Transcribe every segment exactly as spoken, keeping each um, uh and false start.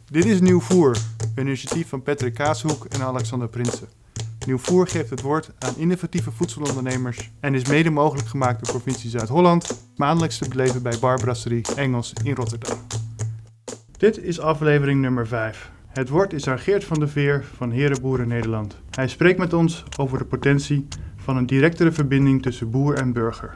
Dit is Nieuw Voer, een initiatief van Patrick Kaashoek en Alexander Prinsen. Nieuw Voer geeft het woord aan innovatieve voedselondernemers en is mede mogelijk gemaakt door provincie Zuid-Holland, maandelijks te beleven bij Bar Brasserie Engels in Rotterdam. Dit is aflevering nummer vijf. Het woord is aan Geert van der Veer van Herenboeren Nederland. Hij spreekt met ons over de potentie van een directere verbinding tussen boer en burger.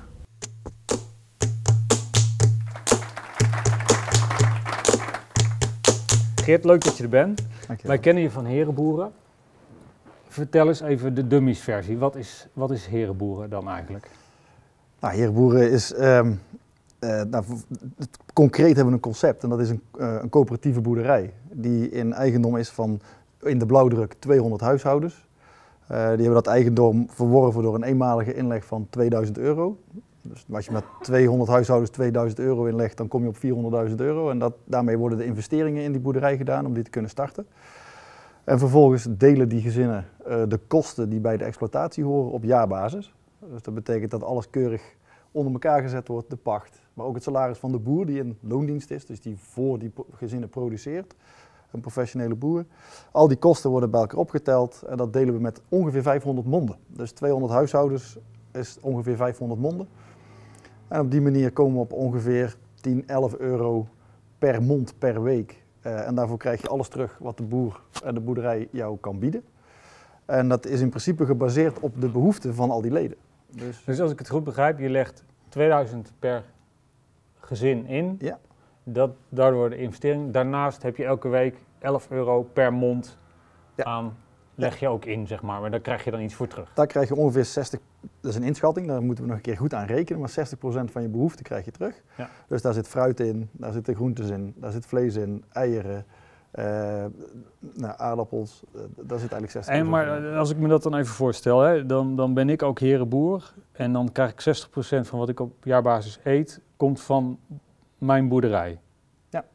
Geert, leuk dat je er bent. Dankjewel. Wij kennen je van Herenboeren. Vertel eens even de dummies versie. Wat is, wat is Herenboeren dan eigenlijk? Nou, Herenboeren is, um, uh, nou, concreet hebben we een concept en dat is een, uh, een coöperatieve boerderij die in eigendom is van in de blauwdruk tweehonderd huishoudens. Uh, die hebben dat eigendom verworven door een eenmalige inleg van tweeduizend euro. Dus als je met tweehonderd huishoudens tweeduizend euro inlegt, dan kom je op vierhonderdduizend euro. En dat, daarmee worden de investeringen in die boerderij gedaan om die te kunnen starten. En vervolgens delen die gezinnen uh, de kosten die bij de exploitatie horen op jaarbasis. Dus dat betekent dat alles keurig onder elkaar gezet wordt, de pacht. Maar ook het salaris van de boer die in loondienst is, dus die voor die gezinnen produceert. Een professionele boer. Al die kosten worden bij elkaar opgeteld en dat delen we met ongeveer vijfhonderd monden. Dus tweehonderd huishoudens is ongeveer vijfhonderd monden. En op die manier komen we op ongeveer tien, elf euro per mond per week. Uh, en daarvoor krijg je alles terug wat de boer en de boerderij jou kan bieden. En dat is in principe gebaseerd op de behoeften van al die leden. Dus, dus als ik het goed begrijp, je legt tweeduizend per gezin in. Ja. Dat, daardoor de investering. Daarnaast heb je elke week elf euro per mond ja. aan, leg je ook in, zeg maar. Maar daar krijg je dan iets voor terug. Daar krijg je ongeveer zestig, dat is een inschatting, daar moeten we nog een keer goed aan rekenen, maar zestig procent van je behoefte krijg je terug. Ja. Dus daar zit fruit in, daar zitten groentes in, daar zit vlees in, eieren, uh, nou, aardappels, uh, daar zit eigenlijk zestig procent en maar in. Als ik me dat dan even voorstel, hè, dan, dan ben ik ook herenboer en dan krijg ik zestig procent van wat ik op jaarbasis eet, komt van mijn boerderij. Ja.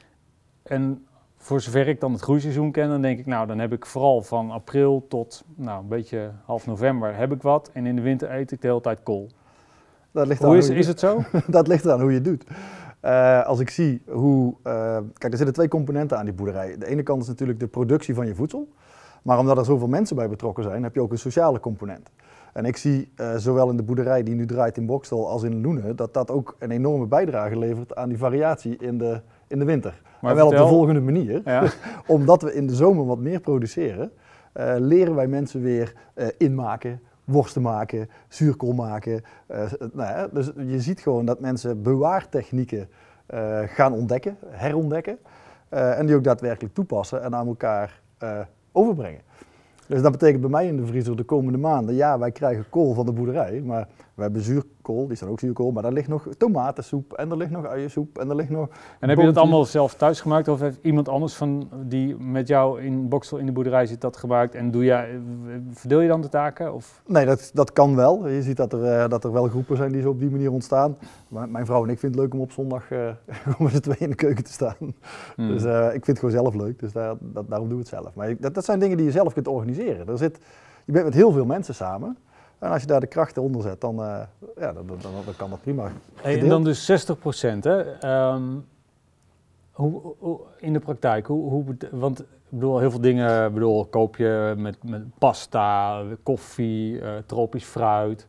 En voor zover ik dan het groeiseizoen ken, dan denk ik, nou, dan heb ik vooral van april tot, nou, een beetje half november heb ik wat. En in de winter eet ik de hele tijd kool. Dat ligt hoe is, hoe is het zo? Dat ligt eraan hoe je het doet. Uh, als ik zie hoe, uh, kijk, er zitten twee componenten aan die boerderij. De ene kant is natuurlijk de productie van je voedsel. Maar omdat er zoveel mensen bij betrokken zijn, heb je ook een sociale component. En ik zie uh, zowel in de boerderij die nu draait in Bokstel als in Loenen, dat dat ook een enorme bijdrage levert aan die variatie in de, in de winter. Maar en wel vertel, op de volgende manier. Ja. Omdat we in de zomer wat meer produceren, uh, leren wij mensen weer uh, inmaken, worsten maken, zuurkool maken. Uh, nou ja, dus je ziet gewoon dat mensen bewaartechnieken uh, gaan ontdekken, herontdekken. Uh, en die ook daadwerkelijk toepassen en aan elkaar uh, overbrengen. Dus dat betekent bij mij in de vriezer de komende maanden, ja, wij krijgen kool van de boerderij, maar we hebben zuurkool, die is dan ook zuurkool, maar daar ligt nog tomatensoep en er ligt nog uiensoep en er ligt nog... En heb je dat allemaal zelf thuis gemaakt of heeft iemand anders van die met jou in Bokstel in de boerderij zit dat gemaakt en doe je, verdeel je dan de taken? Of? Nee, dat, dat kan wel. Je ziet dat er, uh, dat er wel groepen zijn die zo op die manier ontstaan. Maar mijn vrouw en ik vinden het leuk om op zondag uh, met z'n tweeën in de keuken te staan. Hmm. Dus uh, ik vind het gewoon zelf leuk, dus daar, dat, daarom doe ik het zelf. Maar ik, dat, dat zijn dingen die je zelf kunt organiseren. Er zit, je bent met heel veel mensen samen. En als je daar de krachten onder zet, dan, uh, ja, dan, dan, dan kan dat prima. Hey, en dan dus zestig procent, hè? Um, hoe, hoe, in de praktijk, hoe, hoe, want ik bedoel, heel veel dingen bedoel, koop je met, met pasta, koffie, uh, tropisch fruit.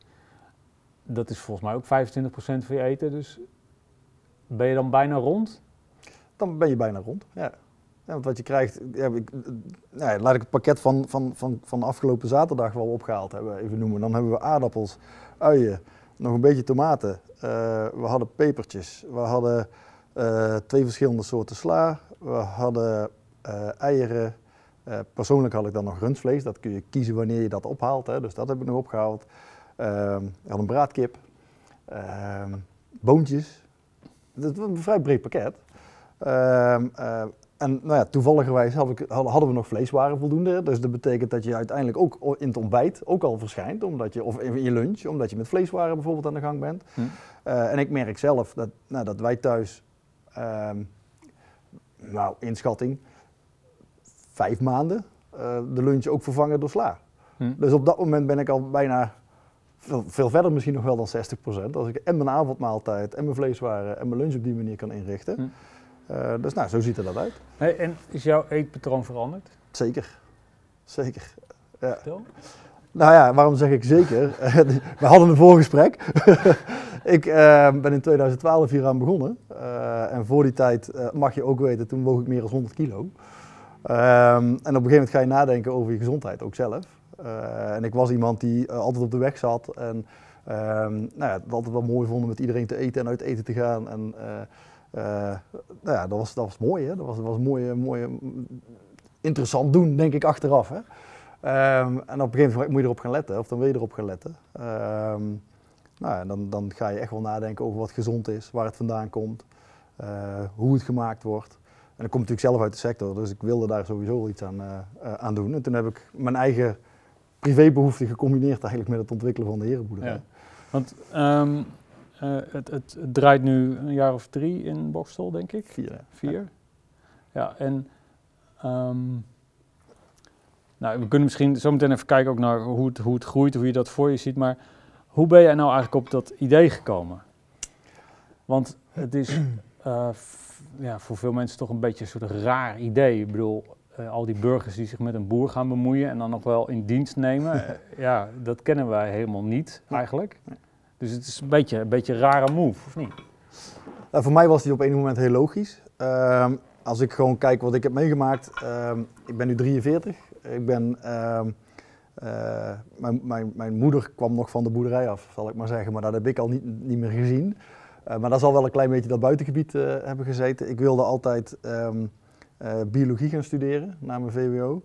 Dat is volgens mij ook vijfentwintig procent van je eten, dus ben je dan bijna rond? Dan ben je bijna rond, ja. Ja, want wat je krijgt, ja, ik, nou, laat ik het pakket van, van, van, van afgelopen zaterdag wel opgehaald hebben, even noemen. Dan hebben we aardappels, uien, nog een beetje tomaten, uh, we hadden pepertjes, we hadden uh, twee verschillende soorten sla, we hadden uh, eieren, uh, persoonlijk had ik dan nog rundvlees, dat kun je kiezen wanneer je dat ophaalt, hè, dus dat heb ik nog opgehaald. Uh, we hadden een braadkip, uh, boontjes, dat was een vrij breed pakket. Uh, uh, En nou ja, toevalligerwijs hadden we nog vleeswaren voldoende. Dus dat betekent dat je uiteindelijk ook in het ontbijt ook al verschijnt. Omdat je, of in je lunch, omdat je met vleeswaren bijvoorbeeld aan de gang bent. Hm. Uh, en ik merk zelf dat, nou, dat wij thuis, uh, nou inschatting, vijf maanden uh, de lunch ook vervangen door sla. Hm. Dus op dat moment ben ik al bijna veel, veel verder misschien nog wel dan zestig procent. Als ik en mijn avondmaaltijd en mijn vleeswaren en mijn lunch op die manier kan inrichten. Hm. Uh, dus nou, zo ziet er dat uit. Hey, en is jouw eetpatroon veranderd? Zeker, zeker. Ja. Vertel. Nou ja, waarom zeg ik zeker? We hadden een voorgesprek. ik uh, ben in tweeduizend twaalf hier aan begonnen. Uh, en voor die tijd, uh, mag je ook weten, toen woog ik meer dan honderd kilo. Um, en op een gegeven moment ga je nadenken over je gezondheid, ook zelf. Uh, en ik was iemand die uh, altijd op de weg zat. En um, nou ja, het altijd wel mooi vond om met iedereen te eten en uit eten te gaan. En uh, uh, nou ja, dat was, dat was mooi, hè? Dat was, dat was mooi, mooi, interessant doen, denk ik, achteraf. Hè? Um, en op een gegeven moment moet je erop gaan letten, of dan wil je erop gaan letten. Um, nou ja, dan, dan ga je echt wel nadenken over wat gezond is, waar het vandaan komt, uh, hoe het gemaakt wordt. En ik kom natuurlijk zelf uit de sector, dus ik wilde daar sowieso wel iets aan, uh, uh, aan doen. En toen heb ik mijn eigen privébehoeften gecombineerd eigenlijk met het ontwikkelen van de herenboerderij. Ja. Want um, uh, het, het, het draait nu een jaar of drie in Boxtel, denk ik? Vier. Hè? Vier? Ja, ja en um, nou, we kunnen misschien zo meteen even kijken ook naar hoe het, hoe het groeit, hoe je dat voor je ziet. Maar hoe ben jij nou eigenlijk op dat idee gekomen? Want het is uh, f, ja, voor veel mensen toch een beetje een soort raar idee. Ik bedoel, uh, al die burgers die zich met een boer gaan bemoeien en dan nog wel in dienst nemen. uh, ja, dat kennen wij helemaal niet eigenlijk. Dus het is een beetje een beetje een rare move, of niet? Uh, voor mij was die op een moment heel logisch. Uh, als ik gewoon kijk wat ik heb meegemaakt. Uh, ik ben nu drieënveertig. Ik ben, uh, uh, mijn, mijn, mijn moeder kwam nog van de boerderij af, zal ik maar zeggen, maar dat heb ik al niet, niet meer gezien. Uh, maar dat zal wel een klein beetje dat buitengebied uh, hebben gezeten. Ik wilde altijd um, uh, biologie gaan studeren na mijn V W O.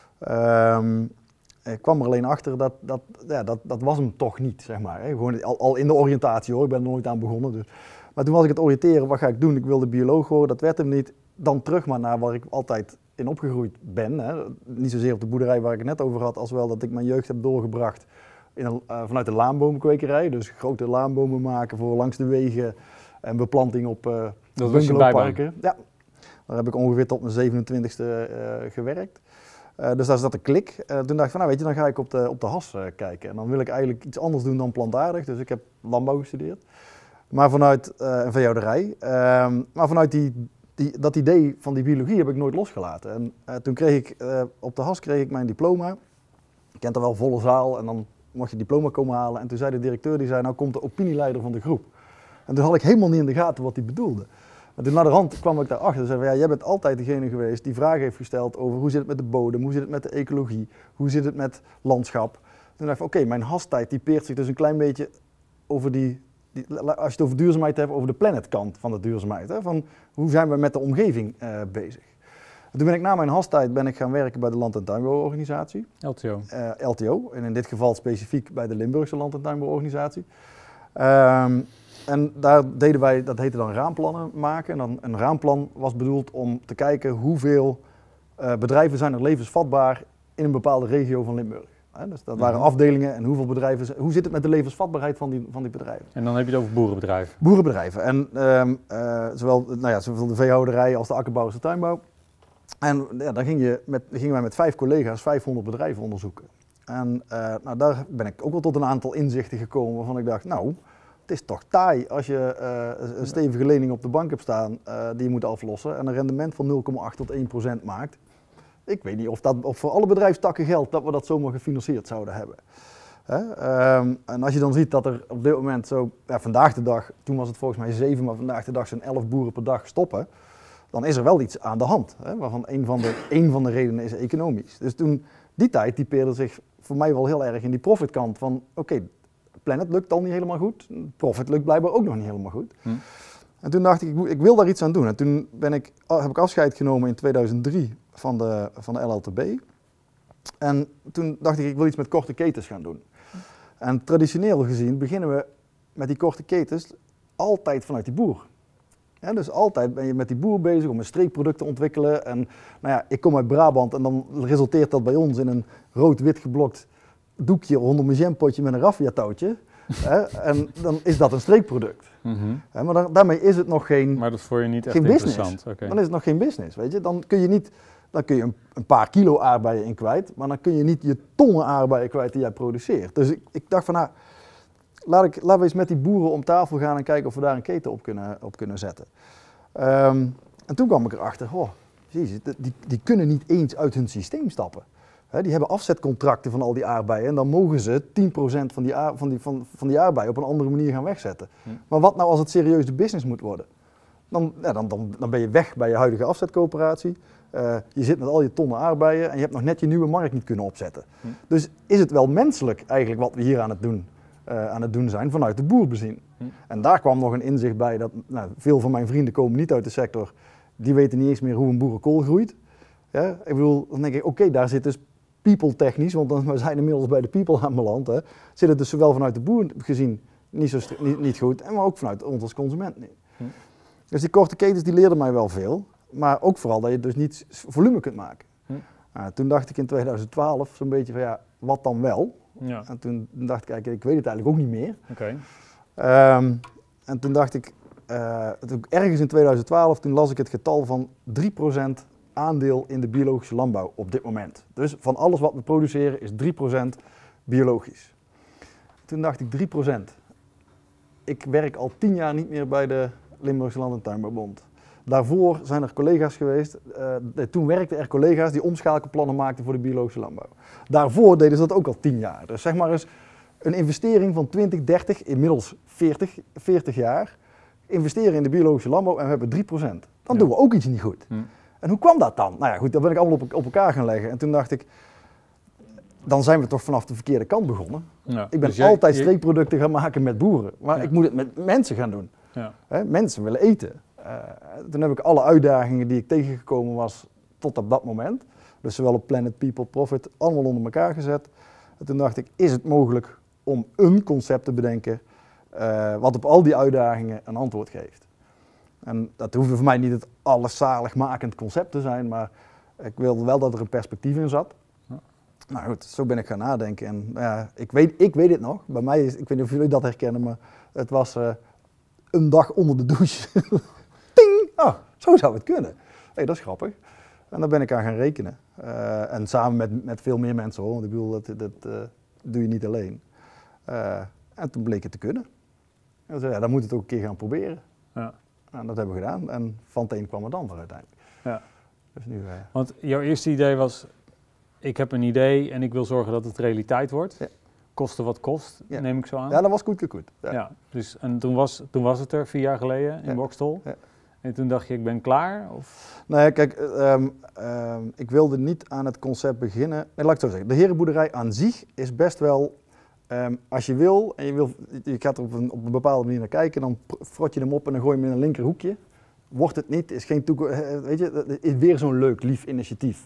Um, ik kwam er alleen achter dat dat, ja, dat dat was hem toch niet, zeg maar. Hè. Gewoon al, al in de oriëntatie hoor, ik ben er nooit aan begonnen. Dus. Maar toen was ik het oriënteren, wat ga ik doen? Ik wilde bioloog worden, dat werd hem niet. Dan terug maar naar waar ik altijd in opgegroeid ben. Hè. Niet zozeer op de boerderij waar ik het net over had, als wel dat ik mijn jeugd heb doorgebracht in een, uh, vanuit de laanbomenkwekerij. Dus grote laanbomen maken voor langs de wegen en beplanting op uh, bungalowparken. Ja, daar heb ik ongeveer tot mijn zevenentwintigste uh, gewerkt. Uh, dus daar zat een klik. Uh, toen dacht ik van, nou weet je, dan ga ik op de, op de has uh, kijken. En dan wil ik eigenlijk iets anders doen dan plantaardig. Dus ik heb landbouw gestudeerd. Maar vanuit uh, een veehouderij. Uh, maar vanuit die... Die, dat idee van die biologie heb ik nooit losgelaten. En uh, toen kreeg ik, uh, op de has kreeg ik mijn diploma. Je kent er wel, volle zaal en dan mocht je diploma komen halen. En toen zei de directeur, die zei, nou komt de opinieleider van de groep. En toen had ik helemaal niet in de gaten wat hij bedoelde. En toen naar de rand kwam ik daarachter en zei van, ja, jij bent altijd degene geweest die vragen heeft gesteld over hoe zit het met de bodem, hoe zit het met de ecologie, hoe zit het met landschap. Toen dacht ik, oké, okay, mijn hastijd die peert zich dus een klein beetje over die... Als je het over duurzaamheid hebt, over de planetkant van de duurzaamheid. Hè? Van hoe zijn we met de omgeving uh, bezig? En toen ben ik na mijn hastijd ben ik gaan werken bij de Land- en Tuinbouworganisatie. L T O. Uh, L T O, en in dit geval specifiek bij de Limburgse Land- en Tuinbouworganisatie. Um, en daar deden wij, dat heette dan raamplannen maken. En dan, een raamplan was bedoeld om te kijken hoeveel uh, bedrijven zijn er levensvatbaar in een bepaalde regio van Limburg. He, dus dat waren afdelingen en hoeveel bedrijven, hoe zit het met de levensvatbaarheid van die, van die bedrijven? En dan heb je het over boerenbedrijven? Boerenbedrijven. En um, uh, zowel, nou ja, zowel de veehouderij als de akkerbouw als de tuinbouw. En ja, dan ging je met, gingen wij met vijf collega's vijfhonderd bedrijven onderzoeken. En uh, nou, daar ben ik ook wel tot een aantal inzichten gekomen waarvan ik dacht, nou, het is toch taai als je uh, een stevige lening op de bank hebt staan uh, die je moet aflossen en een rendement van nul komma acht tot één procent maakt. Ik weet niet of dat of voor alle bedrijfstakken geldt dat we dat zomaar gefinancierd zouden hebben. Hè? Um, en als je dan ziet dat er op dit moment zo, ja, vandaag de dag, toen was het volgens mij zeven, maar vandaag de dag zijn elf boeren per dag stoppen, dan is er wel iets aan de hand. Hè? Waarvan een van, de, een van de redenen is economisch. Dus toen, die tijd typeerde zich voor mij wel heel erg in die profitkant van, oké, okay, Planet lukt al niet helemaal goed, Profit lukt blijkbaar ook nog niet helemaal goed. Hm. En toen dacht ik, ik, ik wil daar iets aan doen. En toen ben ik, heb ik afscheid genomen in tweeduizend drie van de, van de L L T B. En toen dacht ik, ik wil iets met korte ketens gaan doen. En traditioneel gezien beginnen we met die korte ketens altijd vanuit die boer. Ja, dus altijd ben je met die boer bezig om een streekproduct te ontwikkelen. En nou ja, ik kom uit Brabant en dan resulteert dat bij ons in een rood-wit geblokt doekje rondom een jampotje met een raffia-touwtje. Hè, en dan is dat een streekproduct. Mm-hmm. Hè, maar da- daarmee is het nog geen Maar dat is voor je niet echt geen interessant. Business. Okay. Dan is het nog geen business, weet je. Dan kun je niet, dan kun je een, een paar kilo aardbeien in kwijt, maar dan kun je niet je tonnen aardbeien kwijt die jij produceert. Dus ik, ik dacht van nou, laat ik, laten we eens met die boeren om tafel gaan en kijken of we daar een keten op kunnen, op kunnen zetten. Um, en toen kwam ik erachter, oh, jezus, die, die kunnen niet eens uit hun systeem stappen. He, die hebben afzetcontracten van al die aardbeien en dan mogen ze tien procent van die, aard, van die, van, van die aardbeien op een andere manier gaan wegzetten. Hm. Maar wat nou als het serieus de business moet worden? Dan, ja, dan, dan, dan ben je weg bij je huidige afzetcoöperatie. Uh, je zit met al je tonnen aardbeien en je hebt nog net je nieuwe markt niet kunnen opzetten. Hm. Dus is het wel menselijk eigenlijk wat we hier aan het doen, uh, aan het doen zijn vanuit de boer bezien. Hm. En daar kwam nog een inzicht bij dat nou, veel van mijn vrienden komen niet uit de sector. Die weten niet eens meer hoe een boerenkool groeit. Ja, ik bedoel, dan denk ik, oké, okay, daar zit dus people technisch, want dan, we zijn inmiddels bij de people aanbeland. Hè, zit het dus zowel vanuit de boer gezien niet, zo, niet, niet goed, en maar ook vanuit ons als consument niet. Hm. Dus die korte ketens die leerden mij wel veel, maar ook vooral dat je dus niet volume kunt maken. Hm. Nou, toen dacht ik in tweeduizend twaalf zo'n beetje van ja, wat dan wel? Ja. En toen dacht ik eigenlijk, ik weet het eigenlijk ook niet meer. Okay. Um, en toen dacht ik, uh, toen ergens in tweeduizend twaalf, toen las ik het getal van drie procent aandeel in de biologische landbouw op dit moment. Dus van alles wat we produceren is drie procent biologisch. Toen dacht ik drie procent. Ik werk al tien jaar niet meer bij de Limburgse Land- en Tuinbouwbond. Daarvoor zijn er collega's geweest, uh, toen werkten er collega's die omschakelplannen maakten voor de biologische landbouw. Daarvoor deden ze dat ook al tien jaar. Dus zeg maar eens een investering van twintig, dertig, inmiddels veertig, veertig jaar. Investeren in de biologische landbouw en we hebben drie procent. Dan ja. doen we ook iets niet goed. Hm. En hoe kwam dat dan? Nou ja, goed, dat ben ik allemaal op, op elkaar gaan leggen. En toen dacht ik, dan zijn we toch vanaf de verkeerde kant begonnen. Ja, ik ben dus jij, altijd streekproducten gaan maken met boeren. Maar ja. ik moet het met mensen gaan doen. Ja. He, mensen willen eten. Uh, toen heb ik alle uitdagingen die ik tegengekomen was tot op dat moment. Dus zowel op Planet, People, Profit, allemaal onder elkaar gezet. En toen dacht ik, is het mogelijk om een concept te bedenken uh, wat op al die uitdagingen een antwoord geeft. En dat hoefde voor mij niet het alleszaligmakend concept te zijn, maar ik wilde wel dat er een perspectief in zat. Ja. Nou goed, zo ben ik gaan nadenken. En nou ja, ik weet, ik weet het nog. Bij mij is, ik weet niet of jullie dat herkennen, maar het was uh, een dag onder de douche. Ting! Oh, zo zou het kunnen. Hey, dat is grappig. En daar ben ik aan gaan rekenen. Uh, en samen met, met veel meer mensen hoor, want ik bedoel, dat, dat uh, doe je niet alleen. Uh, en toen bleek het te kunnen. En zei, ja, dan moet het ook een keer gaan proberen. Ja. En dat hebben we gedaan en van het een kwam het ander uiteindelijk. Ja. Dus nu, uh... Want jouw eerste idee was, ik heb een idee en ik wil zorgen dat het realiteit wordt. Ja. Koste wat kost, ja. neem ik zo aan. Ja, dat was goed goed. Ja. Ja, dus, en toen was, toen was het er vier jaar geleden in ja. Boxtel. Ja. En toen dacht je, ik ben klaar? Of? Nee, kijk, um, um, ik wilde niet aan het concept beginnen. Nee, laat ik het zo zeggen. De herenboerderij aan zich is best wel, um, als je wil, en je, wil, je gaat er op een, op een bepaalde manier naar kijken, dan frot je hem op en dan gooi je hem in een linkerhoekje. Wordt het niet, is geen toekomst, weet je, het is weer zo'n leuk, lief initiatief.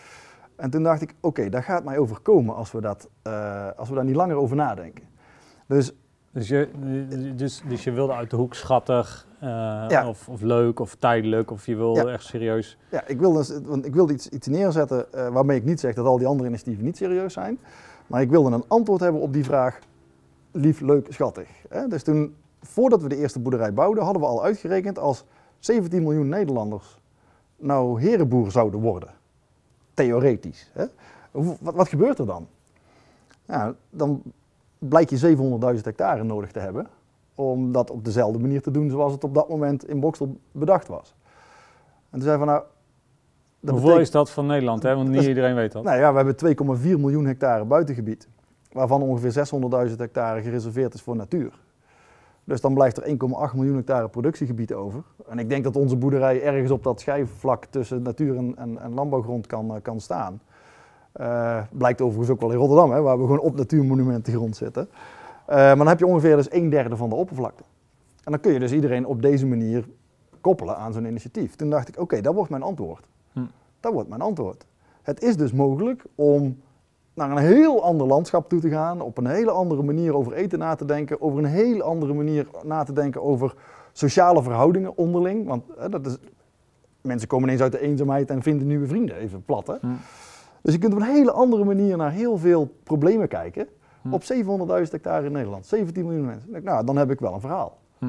En toen dacht ik, oké, okay, daar gaat mij overkomen als we, dat, uh, als we daar niet langer over nadenken. Dus... Dus je, dus, dus je wilde uit de hoek schattig, uh, ja. of, of leuk, of tijdelijk, of je wilde ja. echt serieus... Ja, ik wilde, want ik wilde iets, iets neerzetten uh, waarmee ik niet zeg dat al die andere initiatieven niet serieus zijn. Maar ik wilde een antwoord hebben op die vraag, lief, leuk, schattig. Hè? Dus toen, voordat we de eerste boerderij bouwden, hadden we al uitgerekend als zeventien miljoen Nederlanders nou herenboer zouden worden. Theoretisch. Hè? Wat, wat gebeurt er dan? Nou, dan... blijkt je zevenhonderdduizend hectare nodig te hebben om dat op dezelfde manier te doen zoals het op dat moment in Boxtel bedacht was. En toen zei van nou... Dat Hoeveel betekent, is dat van Nederland, hè? Want niet is, iedereen weet dat. Nou ja, we hebben twee komma vier miljoen hectare buitengebied, waarvan ongeveer zeshonderdduizend hectare gereserveerd is voor natuur. Dus dan blijft er één komma acht miljoen hectare productiegebied over. En ik denk dat onze boerderij ergens op dat schijfvlak tussen natuur en, en, en landbouwgrond kan, uh, kan staan. Uh, blijkt overigens ook wel in Rotterdam, hè, waar we gewoon op natuurmonumentengrond zitten. Uh, maar dan heb je ongeveer dus een derde van de oppervlakte. En dan kun je dus iedereen op deze manier koppelen aan zo'n initiatief. Toen dacht ik, oké, okay, dat wordt mijn antwoord. Hm. Dat wordt mijn antwoord. Het is dus mogelijk om naar een heel ander landschap toe te gaan, op een hele andere manier over eten na te denken, over een hele andere manier na te denken over sociale verhoudingen onderling. Want uh, dat is, mensen komen ineens uit de eenzaamheid en vinden nieuwe vrienden, even plat hè. Hm. Dus je kunt op een hele andere manier naar heel veel problemen kijken. Hm. Op zevenhonderdduizend hectare in Nederland, zeventien miljoen mensen. Nou, dan heb ik wel een verhaal. Hm.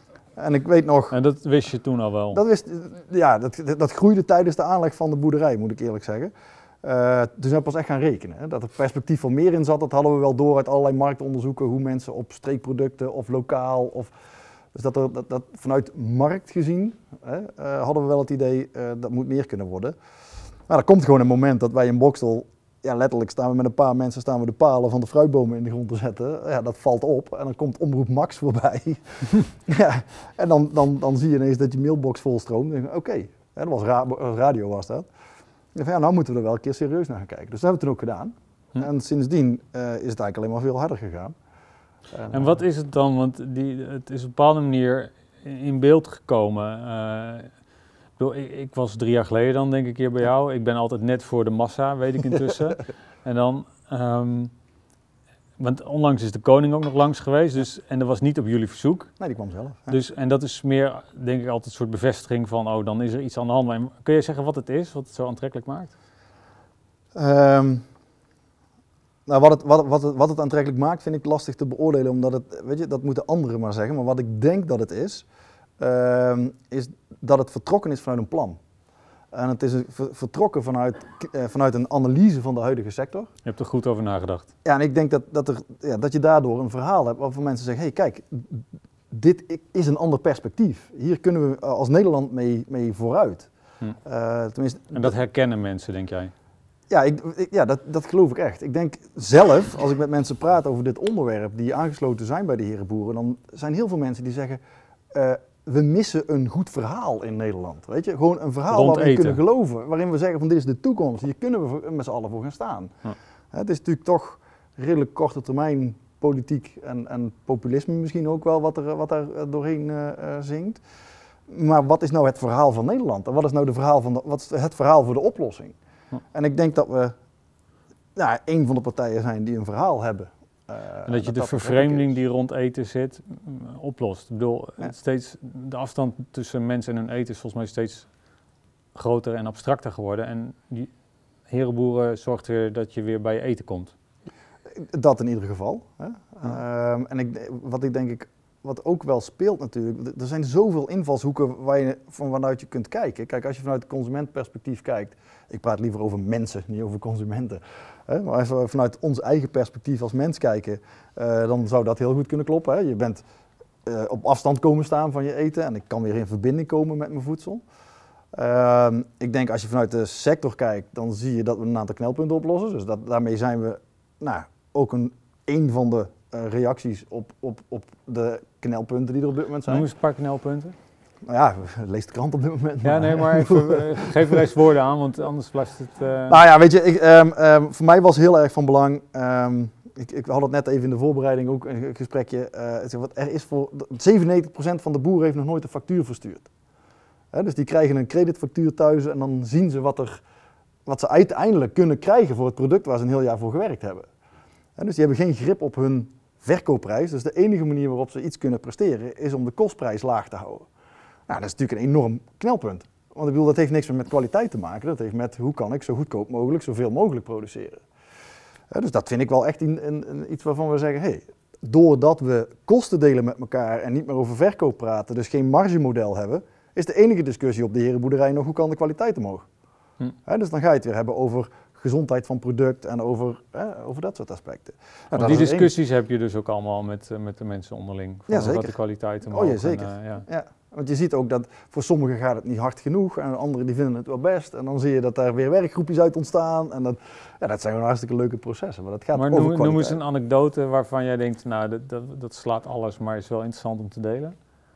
En ik weet nog... En dat wist je toen al wel? Dat, wist, ja, dat, dat groeide tijdens de aanleg van de boerderij, moet ik eerlijk zeggen. Uh, dus zijn we pas echt gaan rekenen. Hè. Dat er perspectief van meer in zat, dat hadden we wel door uit allerlei marktonderzoeken. Hoe mensen op streekproducten of lokaal of Dus dat, er, dat, dat vanuit markt gezien hè, uh, hadden we wel het idee uh, dat moet meer kunnen worden. Maar er komt gewoon een moment dat wij in Boxtel, ja, letterlijk staan we met een paar mensen staan we de palen van de fruitbomen in de grond te zetten. Ja, dat valt op en dan komt Omroep Max voorbij. Ja, en dan, dan, dan zie je ineens dat je mailbox volstroomt. Oké, okay. Dat was ra- radio was dat. En van, ja, nou moeten we er wel een keer serieus naar gaan kijken. Dus dat hebben we toen ook gedaan. Hm. En sindsdien uh, is het eigenlijk alleen maar veel harder gegaan. En, en wat is het dan? Want die, het is op een bepaalde manier in beeld gekomen. Uh, ik, bedoel, ik, ik was drie jaar geleden dan denk ik hier bij jou. Ik ben altijd net voor de massa, weet ik intussen. En dan, um, want onlangs is de koning ook nog langs geweest. Dus, en dat was niet op jullie verzoek. Nee, die kwam zelf. Ja. Dus, en dat is meer, denk ik, altijd een soort bevestiging van, oh, dan is er iets aan de hand. Maar kun je zeggen wat het is, wat het zo aantrekkelijk maakt? Um, Nou, wat het, wat, wat, het, wat het aantrekkelijk maakt, vind ik lastig te beoordelen, omdat het, weet je, dat moeten anderen maar zeggen. Maar wat ik denk dat het is, uh, is dat het vertrokken is vanuit een plan. En het is vertrokken vanuit, uh, vanuit een analyse van de huidige sector. Je hebt er goed over nagedacht. Ja, en ik denk dat, dat, er, ja, dat je daardoor een verhaal hebt waarvan mensen zeggen, hé, hey, kijk, dit is een ander perspectief. Hier kunnen we als Nederland mee, mee vooruit. Hm. Uh, tenminste, en dat herkennen mensen, denk jij? Ja, ik, ik, ja dat, dat geloof ik echt. Ik denk zelf, als ik met mensen praat over dit onderwerp, die aangesloten zijn bij de herenboeren, dan zijn heel veel mensen die zeggen, uh, we missen een goed verhaal in Nederland. Weet je? Gewoon een verhaal Rond waar we eten. kunnen geloven, waarin we zeggen van dit is de toekomst, hier kunnen we met z'n allen voor gaan staan. Ja. Het is natuurlijk toch redelijk korte termijn politiek en, en populisme misschien ook wel wat, er, wat daar doorheen uh, zingt. Maar wat is nou het verhaal van Nederland? En wat is nou de verhaal van de, wat is het verhaal voor de oplossing? En ik denk dat we nou, een van de partijen zijn die een verhaal hebben. Uh, en dat je dat de dat vervreemding die rond eten zit, uh, oplost. Ik bedoel, ja. het steeds, de afstand tussen mensen en hun eten is volgens mij steeds groter en abstracter geworden. En die herenboeren zorgt er dat je weer bij je eten komt. Dat in ieder geval. Hè. Ja. Um, en ik, wat ik denk ik, wat ook wel speelt natuurlijk, er zijn zoveel invalshoeken waar je, van waaruit je kunt kijken. Kijk, als je vanuit het consumentperspectief kijkt, ik praat liever over mensen, niet over consumenten. Hè? Maar als we vanuit ons eigen perspectief als mens kijken, uh, dan zou dat heel goed kunnen kloppen. Hè? Je bent uh, op afstand komen staan van je eten en ik kan weer in verbinding komen met mijn voedsel. Uh, ik denk als je vanuit de sector kijkt, dan zie je dat we een aantal knelpunten oplossen. Dus dat, daarmee zijn we nou, ook een, een van de uh, reacties op, op, op de knelpunten die er op dit moment zijn. Noem eens een paar knelpunten. Nou ja, lees de krant op dit moment. Ja, nee, maar even, uh, geef er eens woorden aan, want anders blijft het... Uh... Nou ja, weet je, ik, um, um, voor mij was heel erg van belang, um, ik, ik had het net even in de voorbereiding ook een gesprekje, uh, wat er is voor, zevenennegentig procent van de boeren heeft nog nooit een factuur verstuurd. He, dus die krijgen een creditfactuur thuis en dan zien ze wat, er, wat ze uiteindelijk kunnen krijgen voor het product waar ze een heel jaar voor gewerkt hebben. He, dus die hebben geen grip op hun verkoopprijs, dus de enige manier waarop ze iets kunnen presteren is om de kostprijs laag te houden. Nou, dat is natuurlijk een enorm knelpunt. Want ik bedoel, dat heeft niks meer met kwaliteit te maken. Dat heeft met hoe kan ik zo goedkoop mogelijk, zoveel mogelijk produceren. Ja, dus dat vind ik wel echt een, een, een, iets waarvan we zeggen, hey, doordat we kosten delen met elkaar en niet meer over verkoop praten, dus geen margemodel hebben, is de enige discussie op de herenboerderij nog hoe kan de kwaliteit omhoog. Hm. Ja, dus dan ga je het weer hebben over gezondheid van product en over, hè, over dat soort aspecten. Nou, die discussies heb je dus ook allemaal met, met de mensen onderling. Van ja, zeker. Wat de kwaliteit omhoog. Oh ja, zeker. En, uh, ja. Ja. Want je ziet ook dat voor sommigen gaat het niet hard genoeg en anderen die vinden het wel best. En dan zie je dat daar weer werkgroepjes uit ontstaan. En dat, ja, dat zijn gewoon hartstikke leuke processen. Maar dat gaat maar over noem, kwaliteit. noem eens een anekdote waarvan jij denkt, nou dat, dat, dat slaat alles, maar is wel interessant om te delen.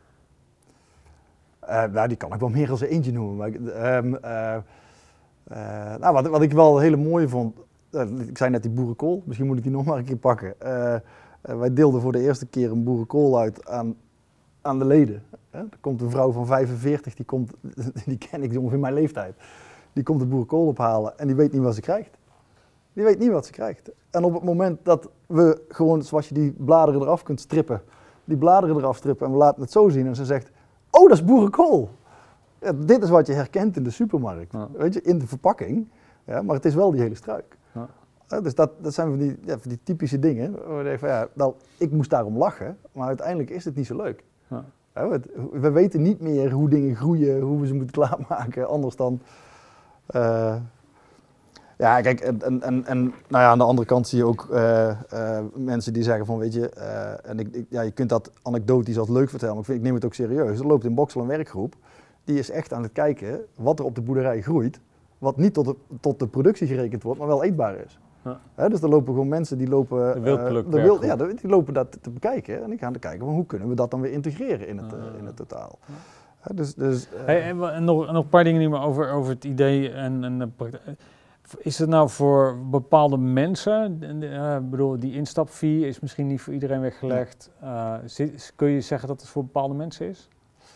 Uh, nou, die kan ik wel meer als eentje noemen. Maar, uh, uh, uh, nou, wat, wat ik wel hele mooi vond, uh, ik zei net die boerenkool, misschien moet ik die nog maar een keer pakken. Uh, uh, wij deelden voor de eerste keer een boerenkool uit aan, aan de leden. Uh, er komt een vrouw van vijfenveertig, die, komt, die ken ik ongeveer mijn leeftijd. Die komt de boerenkool ophalen en die weet niet wat ze krijgt. Die weet niet wat ze krijgt. En op het moment dat we gewoon, zoals je die bladeren eraf kunt strippen, die bladeren eraf strippen en we laten het zo zien en ze zegt, oh, dat is boerenkool. Ja, dit is wat je herkent in de supermarkt, ja. Weet je, in de verpakking, ja, maar het is wel die hele struik. Ja. Ja, dus dat, dat zijn van die, ja, van die typische dingen, waar we denken van ja, nou, ik moest daarom lachen, maar uiteindelijk is het niet zo leuk. Ja. Ja, we, we weten niet meer hoe dingen groeien, hoe we ze moeten klaarmaken, anders dan... Uh, Ja, kijk, en, en, en, en nou ja, aan de andere kant zie je ook uh, uh, mensen die zeggen van, weet je, uh, en ik, ik, ja, je kunt dat anekdotisch als leuk vertellen, maar ik, vind, ik neem het ook serieus. Er loopt in Boxtel een werkgroep, die is echt aan het kijken wat er op de boerderij groeit, wat niet tot de, tot de productie gerekend wordt, maar wel eetbaar is. Ja. He, dus er lopen gewoon mensen die lopen, de wildpluk, uh, de wild, ja, die lopen dat te bekijken en die gaan te kijken van hoe kunnen we dat dan weer integreren in het, uh, in het totaal. Ja. He, dus, dus, uh, hey, en, en nog, nog een paar dingen niet meer over, over het idee en, en de praktijk. Is het nou voor bepaalde mensen, uh, bedoel, die instapfee is misschien niet voor iedereen weggelegd. Uh, zit, kun je zeggen dat het voor bepaalde mensen is?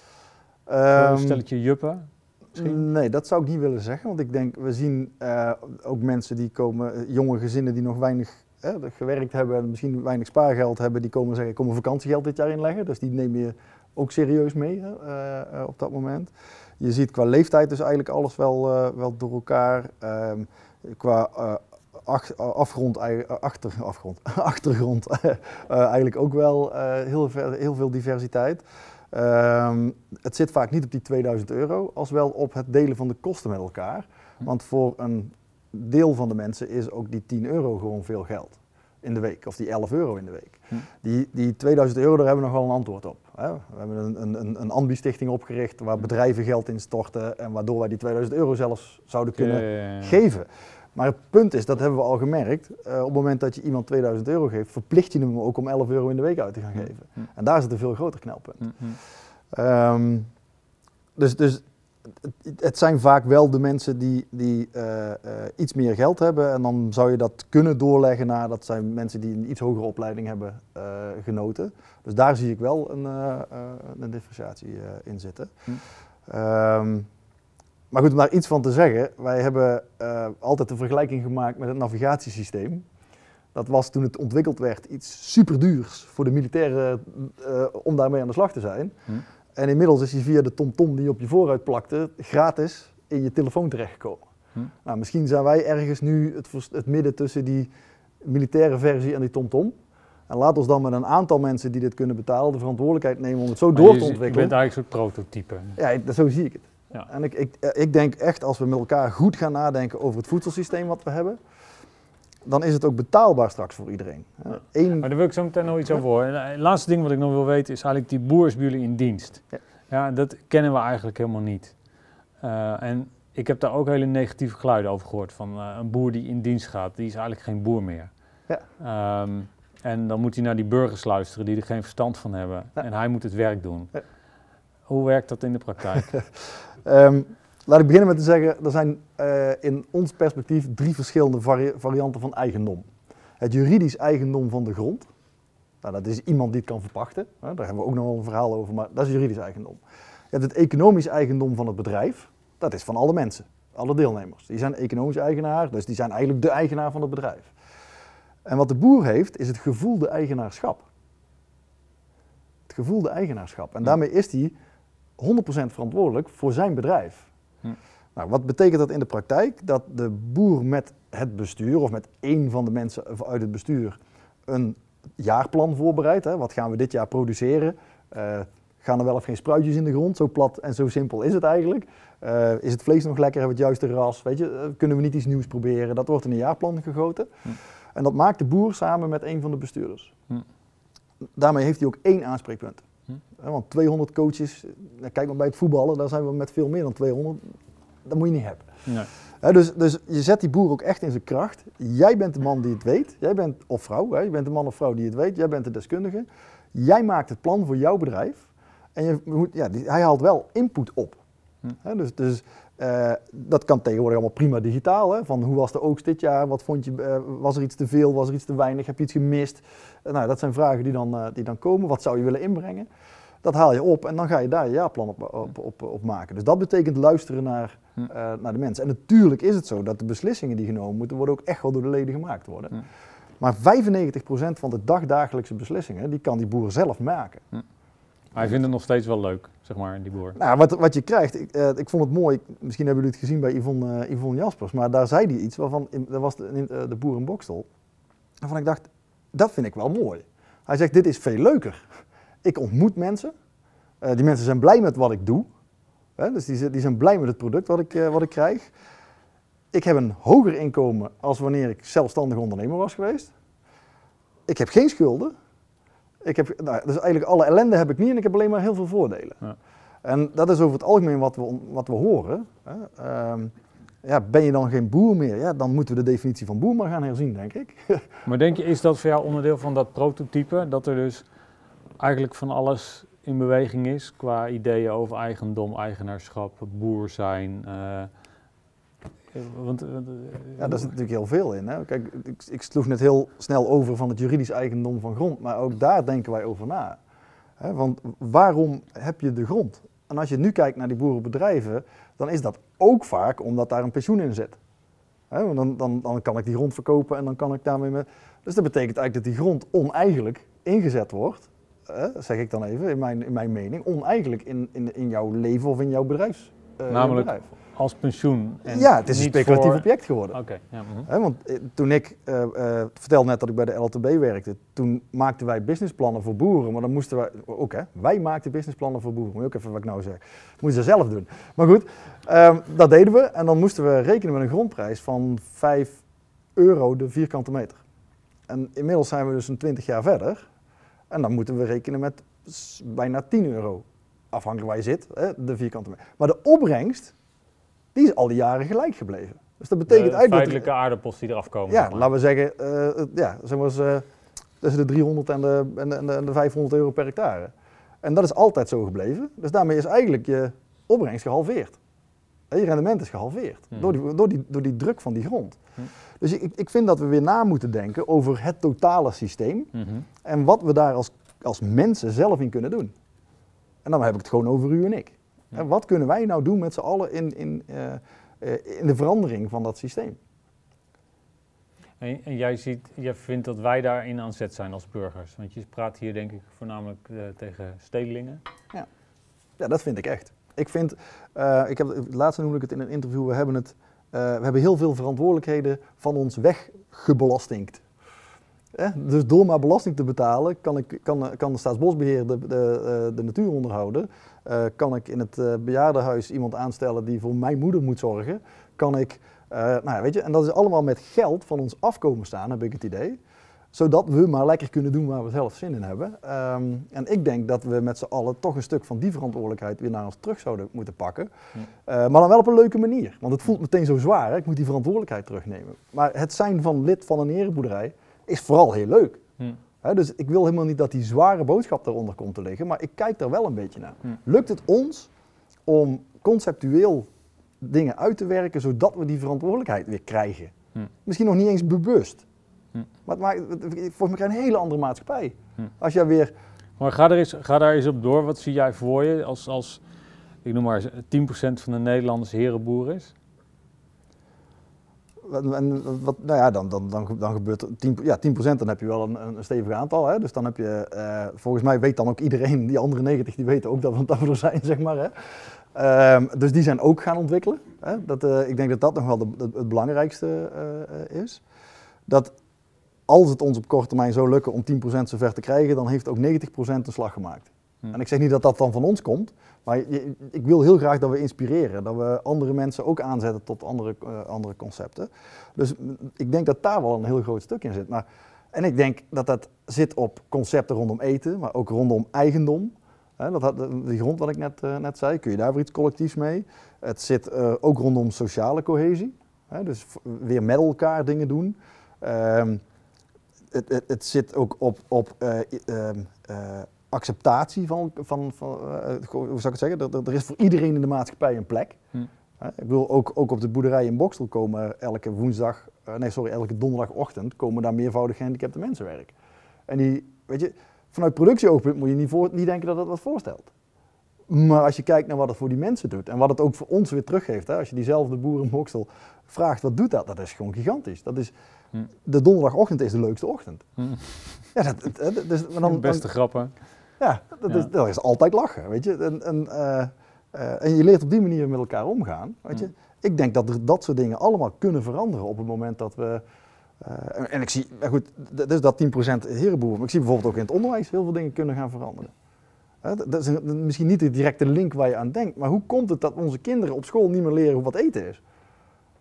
Um, een stelletje juppen? Misschien? Nee, dat zou ik niet willen zeggen, want ik denk, we zien uh, ook mensen die komen, jonge gezinnen die nog weinig eh, gewerkt hebben en misschien weinig spaargeld hebben, die komen zeggen, ik kom een vakantiegeld dit jaar inleggen, dus die neem je ook serieus mee hè, uh, uh, op dat moment. Je ziet qua leeftijd dus eigenlijk alles wel, uh, wel door elkaar. Um, qua uh, ach, afgrond, achter, afgrond, achtergrond uh, eigenlijk ook wel uh, heel, heel veel diversiteit. Um, het zit vaak niet op die tweeduizend euro, als wel op het delen van de kosten met elkaar. Want voor een deel van de mensen is ook die tien euro gewoon veel geld in de week, of die elf euro in de week. Hm. Die, die tweeduizend euro, daar hebben we nog wel een antwoord op. Hè? We hebben een, een, een ambi-stichting opgericht waar bedrijven geld instorten en waardoor wij die tweeduizend euro zelfs zouden kunnen ja, ja, ja. geven. Maar het punt is, dat hebben we al gemerkt, uh, op het moment dat je iemand tweeduizend euro geeft, verplicht je hem ook om elf euro in de week uit te gaan geven. Hm. En daar zit een veel groter knelpunt. Hm. Um, dus, dus het, het zijn vaak wel de mensen die, die uh, uh, iets meer geld hebben en dan zou je dat kunnen doorleggen naar, dat zijn mensen die een iets hogere opleiding hebben uh, genoten. Dus daar zie ik wel een, uh, uh, een differentiatie uh, in zitten. Hm. Um, Maar goed, om daar iets van te zeggen, wij hebben uh, altijd een vergelijking gemaakt met het navigatiesysteem. Dat was toen het ontwikkeld werd iets superduurs voor de militairen uh, om daarmee aan de slag te zijn. Hm. En inmiddels is hij via de TomTom die je op je voorruit plakte, gratis in je telefoon terechtgekomen. Hm. Nou, misschien zijn wij ergens nu het, het midden tussen die militaire versie en die TomTom. En laat ons dan met een aantal mensen die dit kunnen betalen de verantwoordelijkheid nemen om het zo maar door te ontwikkelen. Je bent eigenlijk zo'n prototype. Ja, ik, zo zie ik het. Ja. En ik, ik, ik denk echt, als we met elkaar goed gaan nadenken over het voedselsysteem wat we hebben, dan is het ook betaalbaar straks voor iedereen. Ja. Eén... Maar daar wil ik zo meteen nog iets over horen. Het laatste ding wat ik nog wil weten is eigenlijk die boer is bij jullie in dienst. Ja. Ja, dat kennen we eigenlijk helemaal niet. Uh, en ik heb daar ook hele negatieve geluiden over gehoord van uh, een boer die in dienst gaat, die is eigenlijk geen boer meer. Ja. Um, en dan moet hij naar die burgers luisteren die er geen verstand van hebben. Ja. En hij moet het werk doen. Ja. Hoe werkt dat in de praktijk? um, laat ik beginnen met te zeggen, er zijn uh, in ons perspectief drie verschillende vari- varianten van eigendom. Het juridisch eigendom van de grond. Nou, dat is iemand die het kan verpachten. Hè, daar hebben we ook nog wel een verhaal over, maar dat is juridisch eigendom. Je hebt het economisch eigendom van het bedrijf. Dat is van alle mensen, alle deelnemers. Die zijn economisch eigenaar, dus die zijn eigenlijk de eigenaar van het bedrijf. En wat de boer heeft, is het gevoelde eigenaarschap. Het gevoelde eigenaarschap. En daarmee is hij honderd procent verantwoordelijk voor zijn bedrijf. Hm. Nou, wat betekent dat in de praktijk? Dat de boer met het bestuur, of met één van de mensen uit het bestuur, een jaarplan voorbereidt. Hè. Wat gaan we dit jaar produceren? Uh, gaan er wel of geen spruitjes in de grond? Zo plat en zo simpel is het eigenlijk. Uh, is het vlees nog lekker? Hebben we het juiste ras? Weet je, uh, kunnen we niet iets nieuws proberen? Dat wordt in een jaarplan gegoten. Hm. En dat maakt de boer samen met een van de bestuurders. Hm. Daarmee heeft hij ook één aanspreekpunt. Hm. Want tweehonderd coaches, kijk maar bij het voetballen, daar zijn we met veel meer dan tweehonderd. Dat moet je niet hebben. Nee. He, dus, dus je zet die boer ook echt in zijn kracht. Jij bent de man die het weet, jij bent, of vrouw, hè, je bent de man of vrouw die het weet, jij bent de deskundige. Jij maakt het plan voor jouw bedrijf en je moet, ja, die, hij haalt wel input op. Hm. He, dus dus uh, dat kan tegenwoordig allemaal prima digitaal. Hè, van hoe was de oogst dit jaar, wat vond je, uh, was er iets te veel, was er iets te weinig, heb je iets gemist? Uh, nou, dat zijn vragen die dan, uh, die dan komen, wat zou je willen inbrengen? Dat haal je op en dan ga je daar je jaarplan op, op, op, op maken. Dus dat betekent luisteren naar, uh, naar de mensen. En natuurlijk is het zo dat de beslissingen die genomen moeten worden ook echt wel door de leden gemaakt worden. Hm. Maar vijfennegentig procent van de dagdagelijkse beslissingen, die kan die boer zelf maken. Hm. Maar hij vindt het nog steeds wel leuk, zeg maar, die boer. Nou, wat, wat je krijgt, ik, uh, ik vond het mooi, misschien hebben jullie het gezien bij Yvonne, uh, Yvonne Jaspers, maar daar zei hij iets waarvan, in, dat was de, in, uh, de boer in Boxtel, waarvan ik dacht, dat vind ik wel mooi. Hij zegt, dit is veel leuker. Ik ontmoet mensen, uh, die mensen zijn blij met wat ik doe, hè, dus die, die zijn blij met het product wat ik, uh, wat ik krijg. ik heb een hoger inkomen als wanneer ik zelfstandig ondernemer was geweest. Ik heb geen schulden. Ik heb, nou, dus eigenlijk alle ellende heb ik niet en ik heb alleen maar heel veel voordelen. Ja. En dat is over het algemeen wat we, wat we horen. Hè. Um, ja, ben je dan geen boer meer? Ja, dan moeten we de definitie van boer maar gaan herzien, denk ik. Maar denk je, is dat voor jou onderdeel van dat prototype? Dat er dus eigenlijk van alles in beweging is qua ideeën over eigendom, eigenaarschap, boer zijn? Uh, want, uh, ja, daar zit natuurlijk heel veel in. Hè. Kijk, ik, ik sloeg net heel snel over van het juridisch eigendom van grond, maar ook daar denken wij over na. Hè, want waarom heb je de grond? En als je nu kijkt naar die boerenbedrijven, dan is dat ook vaak omdat daar een pensioen in zit. He, dan, dan, dan kan ik die grond verkopen en dan kan ik daarmee... Met... Dus dat betekent eigenlijk dat die grond oneigenlijk ingezet wordt, hè, zeg ik dan even in mijn, in mijn mening, oneigenlijk in, in, in jouw leven of in jouw bedrijfs. Uh, Namelijk bedrijf. Als pensioen? En ja, het is een speculatief voor... object geworden. Okay, ja, mm-hmm. He, want eh, toen ik, uh, uh, vertelde net dat ik bij de L T B werkte, toen maakten wij businessplannen voor boeren, maar dan moesten wij, ook hè, wij maakten businessplannen voor boeren, moet je ook even wat ik nou zeg, moesten ze zelf doen. Maar goed, um, dat deden we en dan moesten we rekenen met een grondprijs van vijf euro de vierkante meter. En inmiddels zijn we dus een twintig jaar verder en dan moeten we rekenen met bijna tien euro, afhankelijk waar je zit, hè, de vierkante meter. Maar de opbrengst, die is al die jaren gelijk gebleven. Dus dat betekent de eigenlijk... feitelijke aardappels die eraf komen. Ja, zeg maar. laten we zeggen, uh, ja, zeg maar eens, uh, tussen de driehonderd en de, en, de, en de vijfhonderd euro per hectare. En dat is altijd zo gebleven. Dus daarmee is eigenlijk je opbrengst gehalveerd. Je rendement is gehalveerd. Hmm. Door, die, door, die, door die druk van die grond. Hmm. Dus ik, ik vind dat we weer na moeten denken over het totale systeem. Mm-hmm. En wat we daar als, als mensen zelf in kunnen doen. En dan heb ik het gewoon over u en ik. Hmm. En wat kunnen wij nou doen met z'n allen in... in uh, in de verandering van dat systeem. En, en jij, ziet, jij vindt dat wij daarin aan zet zijn als burgers? Want je praat hier denk ik voornamelijk uh, tegen stedelingen. Ja. ja, dat vind ik echt. Ik vind, uh, ik heb, het laatste noemde ik het in een interview, we hebben, het, uh, we hebben heel veel verantwoordelijkheden van ons weggebelastingd. Eh, dus door maar belasting te betalen, kan, ik, kan, kan de Staatsbosbeheer de, de, de natuur onderhouden. Uh, kan ik in het uh, bejaardenhuis iemand aanstellen die voor mijn moeder moet zorgen. Kan ik, uh, nou ja, weet je, en dat is allemaal met geld van ons afkomen staan, heb ik het idee. Zodat we maar lekker kunnen doen waar we zelf zin in hebben. Um, en ik denk dat we met z'n allen toch een stuk van die verantwoordelijkheid weer naar ons terug zouden moeten pakken. Ja. Uh, maar dan wel op een leuke manier. Want het voelt meteen zo zwaar, hè? Ik moet die verantwoordelijkheid terugnemen. Maar het zijn van lid van een herenboerderij is vooral heel leuk. Hmm. He, dus ik wil helemaal niet dat die zware boodschap daaronder komt te liggen, maar ik kijk daar wel een beetje naar. Hmm. Lukt het ons om conceptueel dingen uit te werken, zodat we die verantwoordelijkheid weer krijgen? Hmm. Misschien nog niet eens bewust. Hmm. Maar het maakt, volgens mij een hele andere maatschappij. Hmm. Als jij weer... Maar ga, er eens, ga daar eens op door. Wat zie jij voor je als, als ik noem maar tien procent van de Nederlanders herenboer is? En wat, nou ja, dan, dan, dan, dan gebeurt er tien, ja, tien procent, dan heb je wel een, een stevig aantal. Hè? Dus dan heb je, uh, volgens mij weet dan ook iedereen, die andere negentig, die weten ook dat we, dat we er zijn, zeg maar. Hè? Um, dus die zijn ook gaan ontwikkelen. Hè? Dat, uh, ik denk dat dat nog wel de, de, het belangrijkste uh, is. Dat als het ons op korte termijn zou lukken om tien procent zover te krijgen, dan heeft ook negentig procent een slag gemaakt. Hmm. En ik zeg niet dat dat dan van ons komt, maar je, ik wil heel graag dat we inspireren, dat we andere mensen ook aanzetten tot andere, uh, andere concepten. Dus ik denk dat daar wel een heel groot stuk in zit. Maar, en ik denk dat dat zit op concepten rondom eten, maar ook rondom eigendom. He, dat had, die grond wat ik net, uh, net zei, kun je daar weer iets collectiefs mee. Het zit uh, ook rondom sociale cohesie, he, dus weer met elkaar dingen doen. Um, het, het, het zit ook op... op uh, uh, uh, acceptatie van, van, van uh, hoe zou ik het zeggen, er, er is voor iedereen in de maatschappij een plek. Hm. Uh, ik wil ook, ook op de boerderij in Bokstel komen elke woensdag, uh, nee sorry, elke donderdagochtend komen daar meervoudig gehandicapte mensen werken. En die, weet je, vanuit productieoogpunt moet je niet, voor, niet denken dat dat wat voorstelt. Maar als je kijkt naar wat het voor die mensen doet en wat het ook voor ons weer teruggeeft, hè, als je diezelfde boer in Bokstel vraagt wat doet dat, dat is gewoon gigantisch. Dat is, hm. De donderdagochtend is de leukste ochtend. Hm. Ja, dat, dat, dat, dus, maar dan, beste dan, grappen. Ja, dat, ja. Is, dat is altijd lachen, weet je. En, en, uh, uh, en je leert op die manier met elkaar omgaan, weet je. Mm. Ik denk dat er dat soort dingen allemaal kunnen veranderen op het moment dat we... Uh, en, en ik zie, goed, dus dat tien procent herenboer, maar ik zie bijvoorbeeld ook in het onderwijs heel veel dingen kunnen gaan veranderen. Uh, dat is een, misschien niet de directe link waar je aan denkt, maar hoe komt het dat onze kinderen op school niet meer leren wat eten is?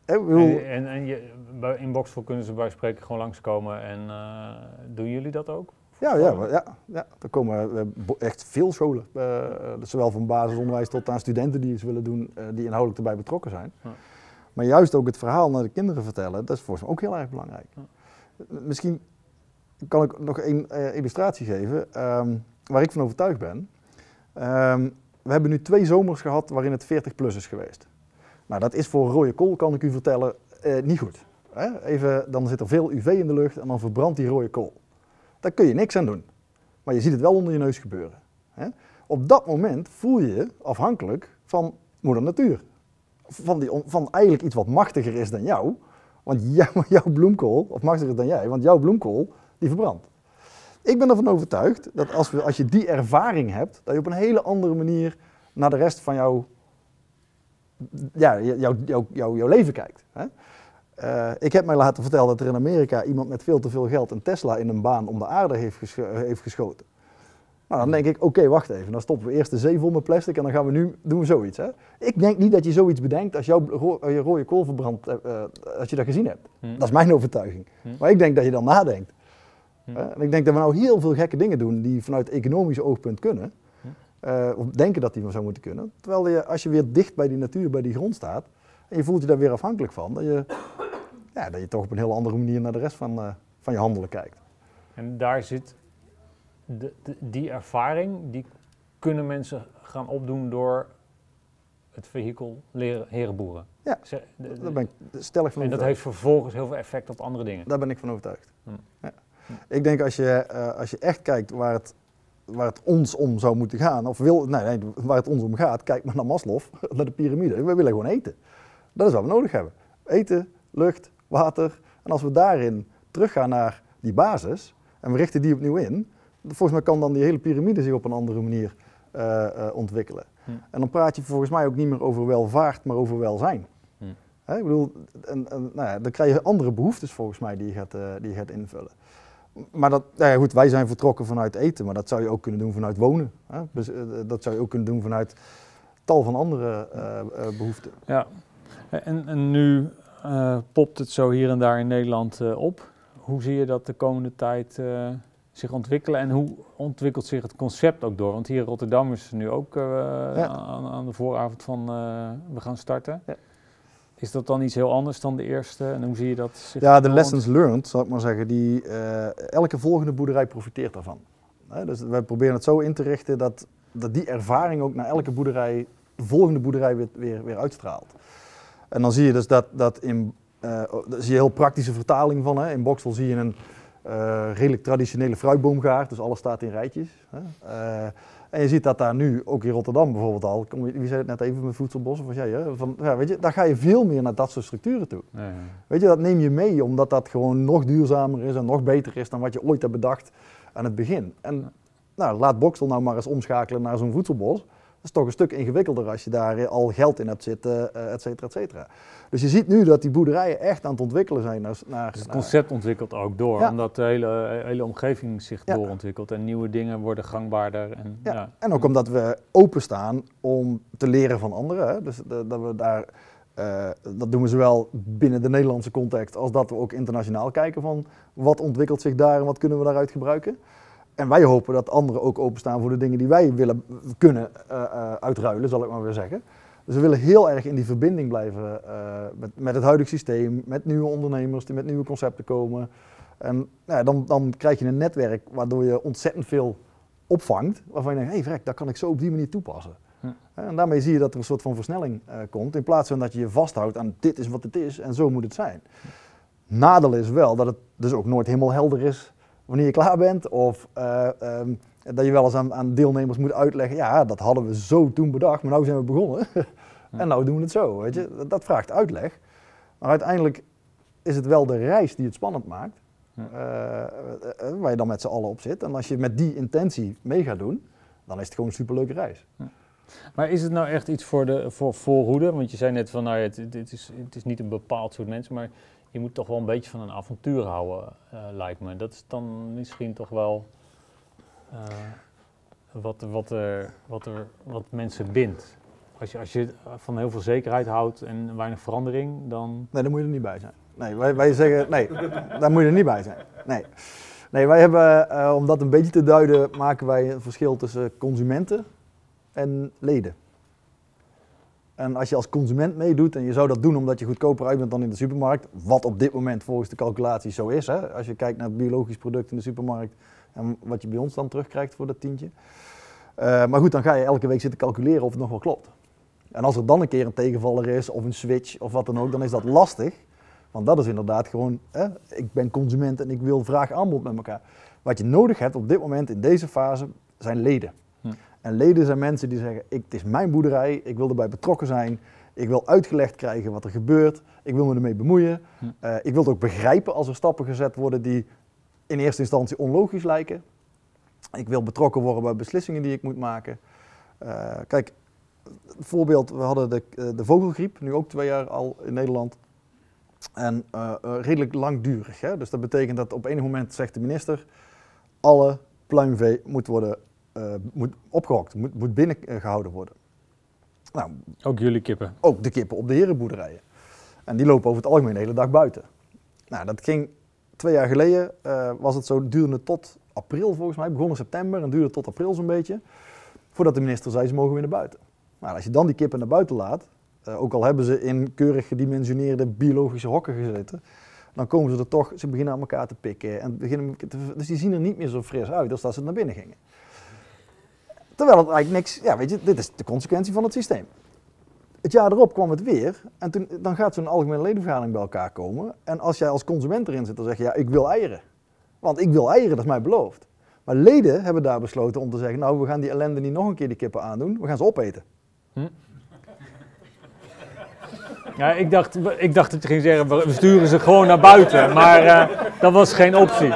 Ik bedoel, En, en, en je, bij, in Boxvol kunnen ze bij spreken gewoon langskomen en uh, doen jullie dat ook? Ja, ja, maar, ja, ja, er komen uh, bo- echt veel scholen, uh, zowel van basisonderwijs tot aan studenten die iets willen doen, uh, die inhoudelijk erbij betrokken zijn. Ja. Maar juist ook het verhaal naar de kinderen vertellen, dat is volgens mij ook heel erg belangrijk. Ja. Misschien kan ik nog een uh, illustratie geven um, waar ik van overtuigd ben. Um, we hebben nu twee zomers gehad waarin het veertig plus is geweest. Nou, dat is voor een rode kool, kan ik u vertellen, uh, niet goed. Hè? Even, dan zit er veel U V in de lucht en dan verbrandt die rode kool. Daar kun je niks aan doen. Maar je ziet het wel onder je neus gebeuren. Hè? Op dat moment voel je je afhankelijk van moeder natuur. Van, die, van eigenlijk iets wat machtiger is dan jou. Want jou, jouw bloemkool, of machtiger dan jij, want jouw bloemkool, die verbrandt. Ik ben ervan overtuigd dat als, we, als je die ervaring hebt, dat je op een hele andere manier naar de rest van jouw, ja, jouw, jouw, jouw, jouw leven kijkt. Hè? Uh, ik heb mij laten vertellen dat er in Amerika iemand met veel te veel geld een Tesla in een baan om de aarde heeft, gescho- heeft geschoten. Nou, dan denk ik, oké, okay, wacht even, dan stoppen we eerst de zee vol met plastic en dan gaan we nu, doen we zoiets. Hè? Ik denk niet dat je zoiets bedenkt als jouw ro- je rode kool verbrandt, uh, als je dat gezien hebt. Hmm. Dat is mijn overtuiging. Hmm. Maar ik denk dat je dan nadenkt. Hmm. Uh, en ik denk dat we nou heel veel gekke dingen doen die vanuit economisch oogpunt kunnen. Uh, of denken dat die zo moeten kunnen. Terwijl je, als je weer dicht bij die natuur, bij die grond staat, en je voelt je daar weer afhankelijk van, dat je, ja, dat je toch op een heel andere manier naar de rest van, uh, van je handelen kijkt. En daar zit de, de, die ervaring, die kunnen mensen gaan opdoen door het vehikel leren herenboeren. Ja, Ze, de, de, daar ben ik stellig van En overtuigd. dat heeft vervolgens heel veel effect op andere dingen. Daar ben ik van overtuigd. Hmm. Ja. Hmm. Ik denk als je, uh, als je echt kijkt waar het, waar het ons om zou moeten gaan, of wil, nee, nee, waar het ons om gaat, kijk maar naar Maslow, naar de piramide. We willen gewoon eten. Dat is wat we nodig hebben. Eten, lucht, water. En als we daarin teruggaan naar die basis en we richten die opnieuw in, volgens mij kan dan die hele piramide zich op een andere manier uh, uh, ontwikkelen. Hm. En dan praat je volgens mij ook niet meer over welvaart, maar over welzijn. Hm. Hè, ik bedoel, en, en, nou ja, dan krijg je andere behoeftes volgens mij die je gaat, uh, die je gaat invullen. Maar dat, nou ja, goed, wij zijn vertrokken vanuit eten, maar dat zou je ook kunnen doen vanuit wonen. Hè? Dus, uh, dat zou je ook kunnen doen vanuit tal van andere uh, uh, behoeften. Ja, en, en nu uh, popt het zo hier en daar in Nederland uh, op. Hoe zie je dat de komende tijd uh, zich ontwikkelen en hoe ontwikkelt zich het concept ook door? Want hier in Rotterdam is nu ook uh, ja. aan, aan de vooravond van uh, we gaan starten. Ja. Is dat dan iets heel anders dan de eerste en hoe zie je dat zich Ja, de lessons learned, zal ik maar zeggen, die, uh, elke volgende boerderij profiteert daarvan. He, dus wij proberen het zo in te richten dat, dat die ervaring ook naar elke boerderij, de volgende boerderij weer, weer, weer uitstraalt. En dan zie je dus dat, dat in, uh, daar zie je heel praktische vertaling van. Hè. In Boxvol zie je een uh, redelijk traditionele fruitboomgaard, dus alles staat in rijtjes. Hè. Uh, en je ziet dat daar nu, ook in Rotterdam bijvoorbeeld al, kom, wie zei het net even met voedselbos, of was jij, hè? Van, ja, weet je, daar ga je veel meer naar dat soort structuren toe. Nee, nee. Weet je, dat neem je mee omdat dat gewoon nog duurzamer is en nog beter is dan wat je ooit hebt bedacht aan het begin. En nou, laat Boxvol nou maar eens omschakelen naar zo'n voedselbos. Dat is toch een stuk ingewikkelder als je daar al geld in hebt zitten, uh, et cetera, et cetera. Dus je ziet nu dat die boerderijen echt aan het ontwikkelen zijn. Naar, naar, dus het concept naar... ontwikkelt ook door, ja. omdat de hele, hele omgeving zich ja. doorontwikkelt en nieuwe dingen worden gangbaarder. En, ja. Ja. en ook omdat we openstaan om te leren van anderen. Hè? Dus de, dat we daar, uh, dat doen we zowel binnen de Nederlandse context als dat we ook internationaal kijken van wat ontwikkelt zich daar en wat kunnen we daaruit gebruiken. En wij hopen dat anderen ook openstaan voor de dingen die wij willen kunnen uh, uh, uitruilen, zal ik maar weer zeggen. Dus we willen heel erg in die verbinding blijven uh, met, met het huidige systeem, met nieuwe ondernemers die met nieuwe concepten komen. En nou ja, dan, dan krijg je een netwerk waardoor je ontzettend veel opvangt, waarvan je denkt, hé hey, vrek, dat kan ik zo op die manier toepassen. Hm. En daarmee zie je dat er een soort van versnelling uh, komt, in plaats van dat je je vasthoudt aan dit is wat het is en zo moet het zijn. Nadeel is wel dat het dus ook nooit helemaal helder is wanneer je klaar bent, of uh, um, dat je wel eens aan, aan deelnemers moet uitleggen, ja, dat hadden we zo toen bedacht, maar nu zijn we begonnen en nou doen we het zo, weet je. Dat, dat vraagt uitleg, maar uiteindelijk is het wel de reis die het spannend maakt, uh, uh, waar je dan met z'n allen op zit. En als je met die intentie mee gaat doen, dan is het gewoon een superleuke reis. Ja. Maar is het nou echt iets voor de voor voorhoede? Want je zei net van, nou ja, het, het, is, het is niet een bepaald soort mensen, maar je moet toch wel een beetje van een avontuur houden, uh, lijkt me. Dat is dan misschien toch wel uh, wat, wat, er, wat, er, wat mensen bindt. als je, als je van heel veel zekerheid houdt en weinig verandering, dan... Nee, daar moet je er niet bij zijn. Nee, wij, wij zeggen, nee, daar moet je er niet bij zijn. Nee, nee wij hebben, uh, om dat een beetje te duiden, maken wij een verschil tussen consumenten en leden. En als je als consument meedoet en je zou dat doen omdat je goedkoper uit bent dan in de supermarkt, wat op dit moment volgens de calculatie zo is, hè, als je kijkt naar het biologisch product in de supermarkt en wat je bij ons dan terugkrijgt voor dat tientje. Uh, maar goed, dan ga je elke week zitten calculeren of het nog wel klopt. En als er dan een keer een tegenvaller is of een switch of wat dan ook, dan is dat lastig. Want dat is inderdaad gewoon, hè, ik ben consument en ik wil vraag-aanbod met elkaar. Wat je nodig hebt op dit moment in deze fase zijn leden. Hm. En leden zijn mensen die zeggen, ik, het is mijn boerderij, ik wil erbij betrokken zijn. Ik wil uitgelegd krijgen wat er gebeurt, ik wil me ermee bemoeien. Hm. Uh, ik wil het ook begrijpen als er stappen gezet worden die in eerste instantie onlogisch lijken. Ik wil betrokken worden bij beslissingen die ik moet maken. Uh, kijk, voorbeeld, we hadden de, de vogelgriep, nu ook twee jaar al in Nederland. En uh, uh, redelijk langdurig. Hè? Dus dat betekent dat op enig moment zegt de minister, alle pluimvee moet worden uh, moet opgehokt, moet, moet binnengehouden worden. Nou, ook jullie kippen? Ook de kippen op de herenboerderijen. En die lopen over het algemeen de hele dag buiten. Nou, dat ging twee jaar geleden, uh, was het zo, duurde tot april volgens mij, begon in september en duurde tot april zo'n beetje, voordat de minister zei ze mogen weer naar buiten. Nou, als je dan die kippen naar buiten laat, uh, ook al hebben ze in keurig gedimensioneerde biologische hokken gezeten, dan komen ze er toch, ze beginnen aan elkaar te pikken. En beginnen, dus die zien er niet meer zo fris uit als dat ze naar binnen gingen. Terwijl het eigenlijk niks, ja weet je, dit is de consequentie van het systeem. Het jaar erop kwam het weer en toen, dan gaat zo'n algemene ledenvergadering bij elkaar komen. En als jij als consument erin zit, dan zeg je ja, ik wil eieren. Want ik wil eieren, dat is mij beloofd. Maar leden hebben daar besloten om te zeggen, nou we gaan die ellende niet nog een keer die kippen aandoen, we gaan ze opeten. Hm? Ja, ik dacht, ik dacht dat je ging zeggen, we sturen ze gewoon naar buiten, maar uh, dat was geen optie.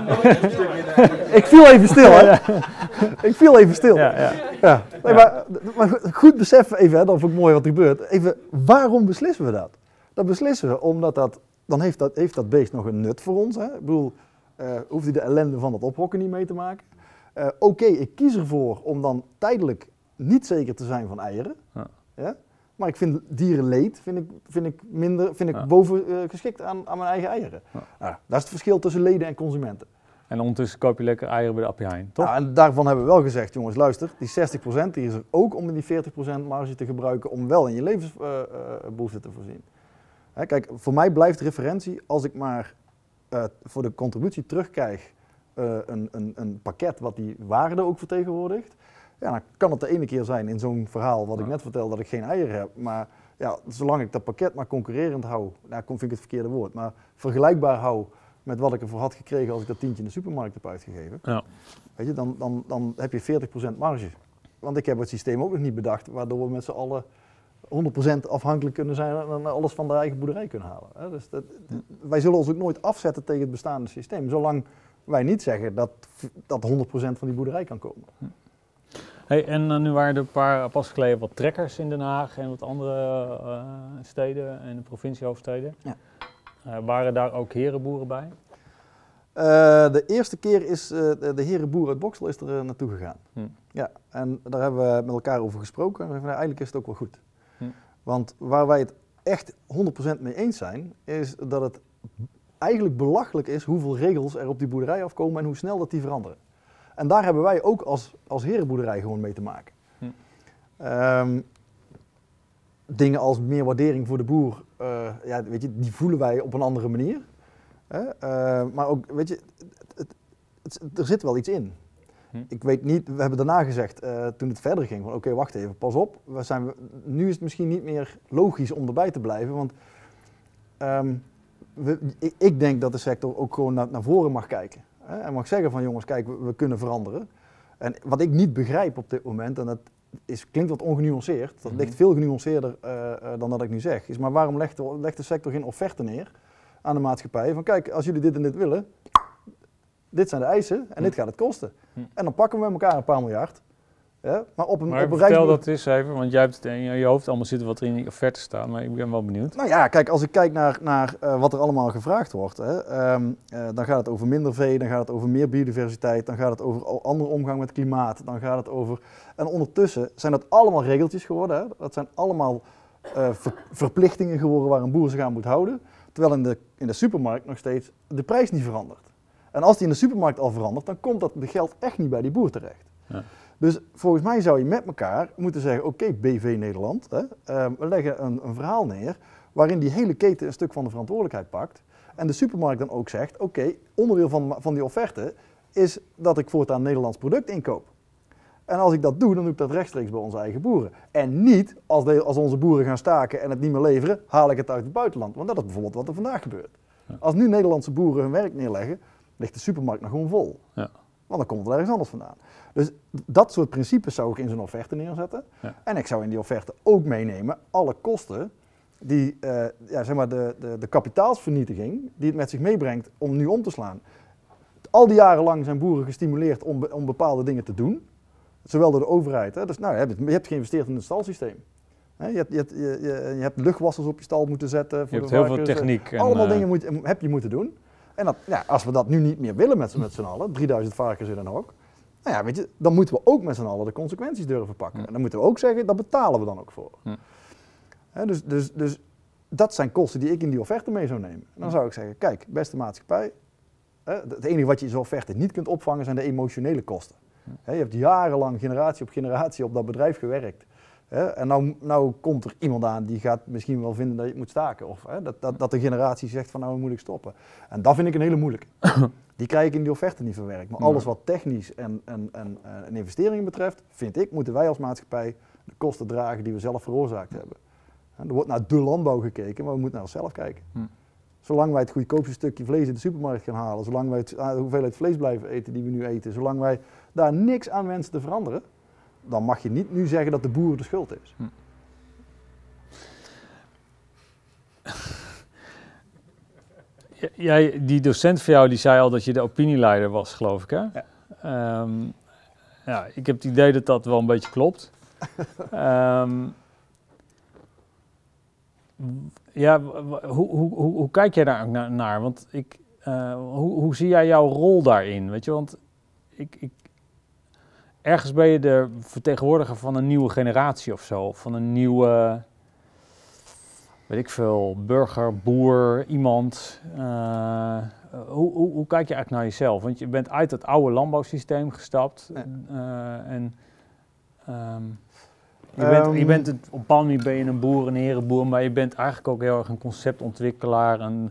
Ik viel even stil, hè? Ik viel even stil. Ja, ja. Ja. Nee, maar, maar goed beseffen even, hè, dat vind ik mooi wat er gebeurt. Even, waarom beslissen we dat? Dat beslissen we omdat dat, dan heeft dat, heeft dat beest nog een nut voor ons. Hè? Ik bedoel, uh, hoeft hij de ellende van het ophokken niet mee te maken. Uh, Oké, okay, ik kies ervoor om dan tijdelijk niet zeker te zijn van eieren. Ja. Ja? Maar ik vind dierenleed vind ik, vind ik minder, vind ik ja. boven uh, geschikt aan, aan mijn eigen eieren. Ja. Nou, dat is het verschil tussen leden en consumenten. En ondertussen koop je lekker eieren bij de Appie Heijn, toch? Nou, en daarvan hebben we wel gezegd, jongens, luister, die zestig procent die is er ook om die veertig procent marge te gebruiken om wel in je levensbehoeften uh, uh, te voorzien. Hè, kijk, voor mij blijft referentie als ik maar uh, voor de contributie terugkrijg uh, een, een, een pakket wat die waarde ook vertegenwoordigt. Ja, dan kan het de ene keer zijn in zo'n verhaal wat ik net vertelde dat ik geen eieren heb. Maar ja, zolang ik dat pakket maar concurrerend hou, nou vind ik het verkeerde woord, maar vergelijkbaar hou met wat ik ervoor had gekregen als ik dat tientje in de supermarkt heb uitgegeven. Ja. Weet je, dan, dan, dan heb je veertig procent marge. Want ik heb het systeem ook nog niet bedacht, waardoor we met z'n allen honderd procent afhankelijk kunnen zijn en alles van de eigen boerderij kunnen halen. Dus dat, wij zullen ons ook nooit afzetten tegen het bestaande systeem, zolang wij niet zeggen dat, dat honderd procent van die boerderij kan komen. Hey, en uh, nu waren er een paar pas geleden wat trekkers in Den Haag en wat andere uh, steden en de provinciehoofdsteden. Ja. Uh, waren daar ook herenboeren bij? Uh, de eerste keer is uh, de, de herenboer uit Boxtel is er uh, naartoe gegaan. Hm. Ja, en daar hebben we met elkaar over gesproken en we zeiden, eigenlijk is het ook wel goed. Hm. Want waar wij het echt honderd procent mee eens zijn, is dat het eigenlijk belachelijk is hoeveel regels er op die boerderij afkomen en hoe snel dat die veranderen. En daar hebben wij ook als, als herenboerderij gewoon mee te maken. Hm. Um, dingen als meer waardering voor de boer, uh, ja, weet je, die voelen wij op een andere manier. Hè? Uh, maar ook, weet je, het, het, het, er zit wel iets in. Hm. Ik weet niet, we hebben daarna gezegd, uh, toen het verder ging, van oké, okay, wacht even, pas op. We zijn, nu is het misschien niet meer logisch om erbij te blijven, want um, we, ik, ik denk dat de sector ook gewoon naar, naar voren mag kijken. Hè? En mag zeggen van jongens, kijk, we, we kunnen veranderen. En wat ik niet begrijp op dit moment, en dat is, klinkt wat ongenuanceerd, dat mm-hmm. ligt veel genuanceerder uh, uh, dan dat ik nu zeg, is maar waarom legt de, legt de sector geen offerte neer aan de maatschappij van kijk, als jullie dit en dit willen, dit zijn de eisen en mm. dit gaat het kosten. Mm. En dan pakken we met elkaar een paar miljard Ja? Maar op een, Maar op een vertel reisbureau... dat eens even, want jij hebt het in je hoofd allemaal zitten wat er in die offerte staat, maar ik ben wel benieuwd. Nou ja, kijk, als ik kijk naar, naar uh, wat er allemaal gevraagd wordt, hè, um, uh, dan gaat het over minder vee, dan gaat het over meer biodiversiteit, dan gaat het over andere omgang met klimaat, dan gaat het over... En ondertussen zijn dat allemaal regeltjes geworden, hè? Dat zijn allemaal uh, ver, verplichtingen geworden waar een boer zich aan moet houden, terwijl in de, in de supermarkt nog steeds de prijs niet verandert. En als die in de supermarkt al verandert, dan komt dat geld echt niet bij die boer terecht. Ja. Dus volgens mij zou je met elkaar moeten zeggen, oké, okay, B V Nederland, hè, uh, we leggen een, een verhaal neer waarin die hele keten een stuk van de verantwoordelijkheid pakt. En de supermarkt dan ook zegt, oké, okay, onderdeel van, van die offerte is dat ik voortaan een Nederlands product inkoop. En als ik dat doe, dan doe ik dat rechtstreeks bij onze eigen boeren. En niet als, de, als onze boeren gaan staken en het niet meer leveren, haal ik het uit het buitenland. Want dat is bijvoorbeeld wat er vandaag gebeurt. Ja. Als nu Nederlandse boeren hun werk neerleggen, ligt de supermarkt nog gewoon vol. Ja. Want dan komt het ergens anders vandaan. Dus dat soort principes zou ik in zo'n offerte neerzetten. Ja. En ik zou in die offerte ook meenemen alle kosten die, uh, ja, zeg maar de, de, de kapitaalsvernietiging die het met zich meebrengt om nu om te slaan. Al die jaren lang zijn boeren gestimuleerd om, be, om bepaalde dingen te doen. Zowel door de overheid. Hè. Dus, nou, je, hebt, je hebt geïnvesteerd in het stalsysteem. Hè. Je, hebt, je, hebt, je, je hebt luchtwassers op je stal moeten zetten. Voor je hebt de heel varkens. veel techniek. En, Allemaal uh... dingen moet, heb je moeten doen. En dat, ja, als we dat nu niet meer willen met z'n, met z'n allen, drieduizend varkens in een hok, nou ja, weet je, dan moeten we ook met z'n allen de consequenties durven pakken. Ja. En dan moeten we ook zeggen, dat betalen we dan ook voor. Ja. He, dus, dus, dus dat zijn kosten die ik in die offerte mee zou nemen. En dan zou ik zeggen, kijk, beste maatschappij, hè, het enige wat je in zo'n offerte niet kunt opvangen zijn de emotionele kosten. He, je hebt jarenlang, generatie op generatie op dat bedrijf gewerkt. He, en nou, nou komt er iemand aan die gaat misschien wel vinden dat je het moet staken. Of he, dat, dat, dat de generatie zegt van nou moet ik stoppen. En dat vind ik een hele moeilijke. Die krijg ik in die offerte niet verwerkt. Maar alles wat technisch en, en, en, en investeringen betreft, vind ik, moeten wij als maatschappij de kosten dragen die we zelf veroorzaakt hebben. Er wordt naar de landbouw gekeken, maar we moeten naar onszelf kijken. Hm. Zolang wij het goedkoopste stukje vlees in de supermarkt gaan halen, zolang wij het, de hoeveelheid vlees blijven eten die we nu eten, zolang wij daar niks aan wensen te veranderen, dan mag je niet nu zeggen dat de boer de schuld is. Hm. Jij, die docent van jou die zei al dat je de opinieleider was, geloof ik, hè? Ja. Um, ja, ik heb het idee dat dat wel een beetje klopt. um, ja, hoe, hoe, hoe, hoe kijk jij daar naar? naar? Want ik, uh, hoe, hoe zie jij jouw rol daarin? Weet je, want ik, ik, ergens ben je de vertegenwoordiger van een nieuwe generatie of zo, van een nieuwe, weet ik veel, burger, boer, iemand. Uh, hoe, hoe, hoe kijk je eigenlijk naar jezelf? Want je bent uit het oude landbouwsysteem gestapt. Ja. Uh, en um, je, bent, um, je bent het, op een bepaalde manier ben je een boer, een herenboer, maar je bent eigenlijk ook heel erg een conceptontwikkelaar, een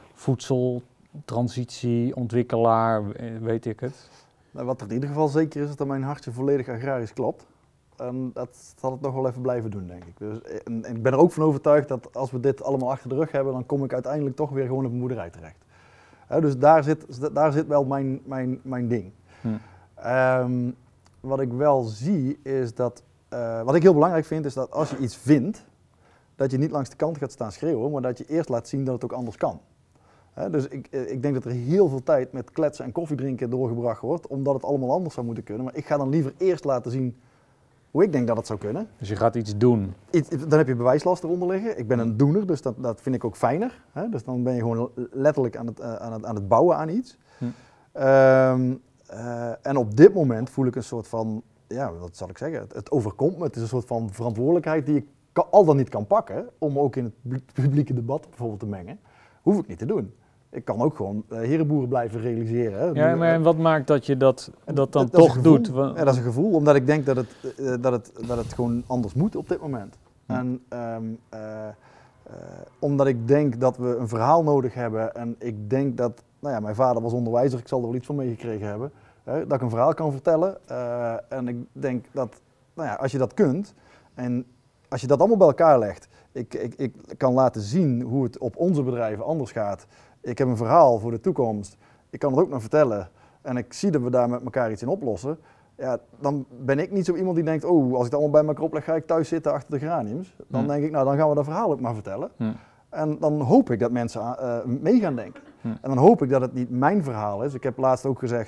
voedseltransitieontwikkelaar, weet ik het. Nou, wat er in ieder geval zeker is, is dat mijn hartje volledig agrarisch klopt. En dat zal het nog wel even blijven doen, denk ik. Dus, en, en ik ben er ook van overtuigd dat als we dit allemaal achter de rug hebben, dan kom ik uiteindelijk toch weer gewoon op een boerderij terecht. He, dus daar zit, daar zit wel mijn, mijn, mijn ding. Hm. Um, wat ik wel zie is dat, uh, wat ik heel belangrijk vind, is dat als je iets vindt, dat je niet langs de kant gaat staan schreeuwen, maar dat je eerst laat zien dat het ook anders kan. He, dus ik, ik denk dat er heel veel tijd met kletsen en koffiedrinken doorgebracht wordt, omdat het allemaal anders zou moeten kunnen. Maar ik ga dan liever eerst laten zien hoe ik denk dat het zou kunnen. Dus je gaat iets doen? Iets, dan heb je bewijslast eronder liggen. Ik ben een doener, dus dat, dat vind ik ook fijner. Hè? Dus dan ben je gewoon letterlijk aan het, uh, aan het, aan het bouwen aan iets. Hm. Um, uh, en op dit moment voel ik een soort van, ja, wat zal ik zeggen, het, het overkomt me. Het is een soort van verantwoordelijkheid die ik kan, al dan niet kan pakken, om ook in het publieke debat bijvoorbeeld te mengen. Hoef ik niet te doen. Ik kan ook gewoon uh, herenboeren blijven realiseren. Hè. Ja, maar en wat maakt dat je dat, dat dan dat, dat toch doet? Ja, dat is een gevoel, omdat ik denk dat het, uh, dat het, dat het gewoon anders moet op dit moment. Hm. En um, uh, uh, omdat ik denk dat we een verhaal nodig hebben en ik denk dat, nou ja, mijn vader was onderwijzer, ik zal er wel iets van meegekregen hebben, hè, dat ik een verhaal kan vertellen. Uh, en ik denk dat, nou ja, als je dat kunt en als je dat allemaal bij elkaar legt, ik, ik, ik kan laten zien hoe het op onze bedrijven anders gaat. Ik heb een verhaal voor de toekomst, ik kan het ook nog vertellen en ik zie dat we daar met elkaar iets in oplossen. Ja, dan ben ik niet zo iemand die denkt, oh, als ik het allemaal bij elkaar opleg, ga ik thuis zitten achter de geraniums. Dan hm. denk ik, nou, dan gaan we dat verhaal ook maar vertellen. Hm. En dan hoop ik dat mensen uh, mee gaan denken. Hm. En dan hoop ik dat het niet mijn verhaal is. Ik heb laatst ook gezegd,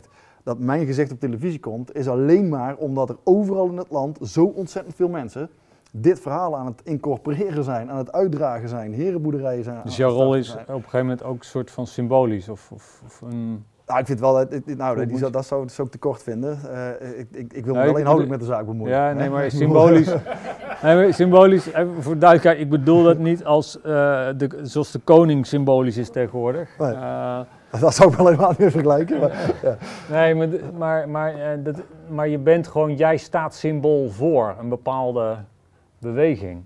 dat mijn gezicht op televisie komt, is alleen maar omdat er overal in het land zo ontzettend veel mensen dit verhaal aan het incorporeren zijn, aan het uitdragen zijn, herenboerderijen zijn. Dus jouw rol is op een gegeven moment ook een soort van symbolisch? Of, of, of een... Nou, ik vind wel, dat, nou, die zou, dat zou, dat zou ik te kort vinden. Uh, ik, ik, ik wil me ja, wel ik, inhoudelijk met de zaak bemoeien. Ja, nee, maar symbolisch, nee, maar symbolisch, voor duidelijkheid, ik bedoel dat niet als, uh, de, zoals de koning symbolisch is tegenwoordig. Nee. Uh, dat zou ik wel helemaal niet vergelijken. Maar, ja. Nee, maar, maar, maar, uh, dat, maar je bent gewoon, jij staat symbool voor een bepaalde beweging.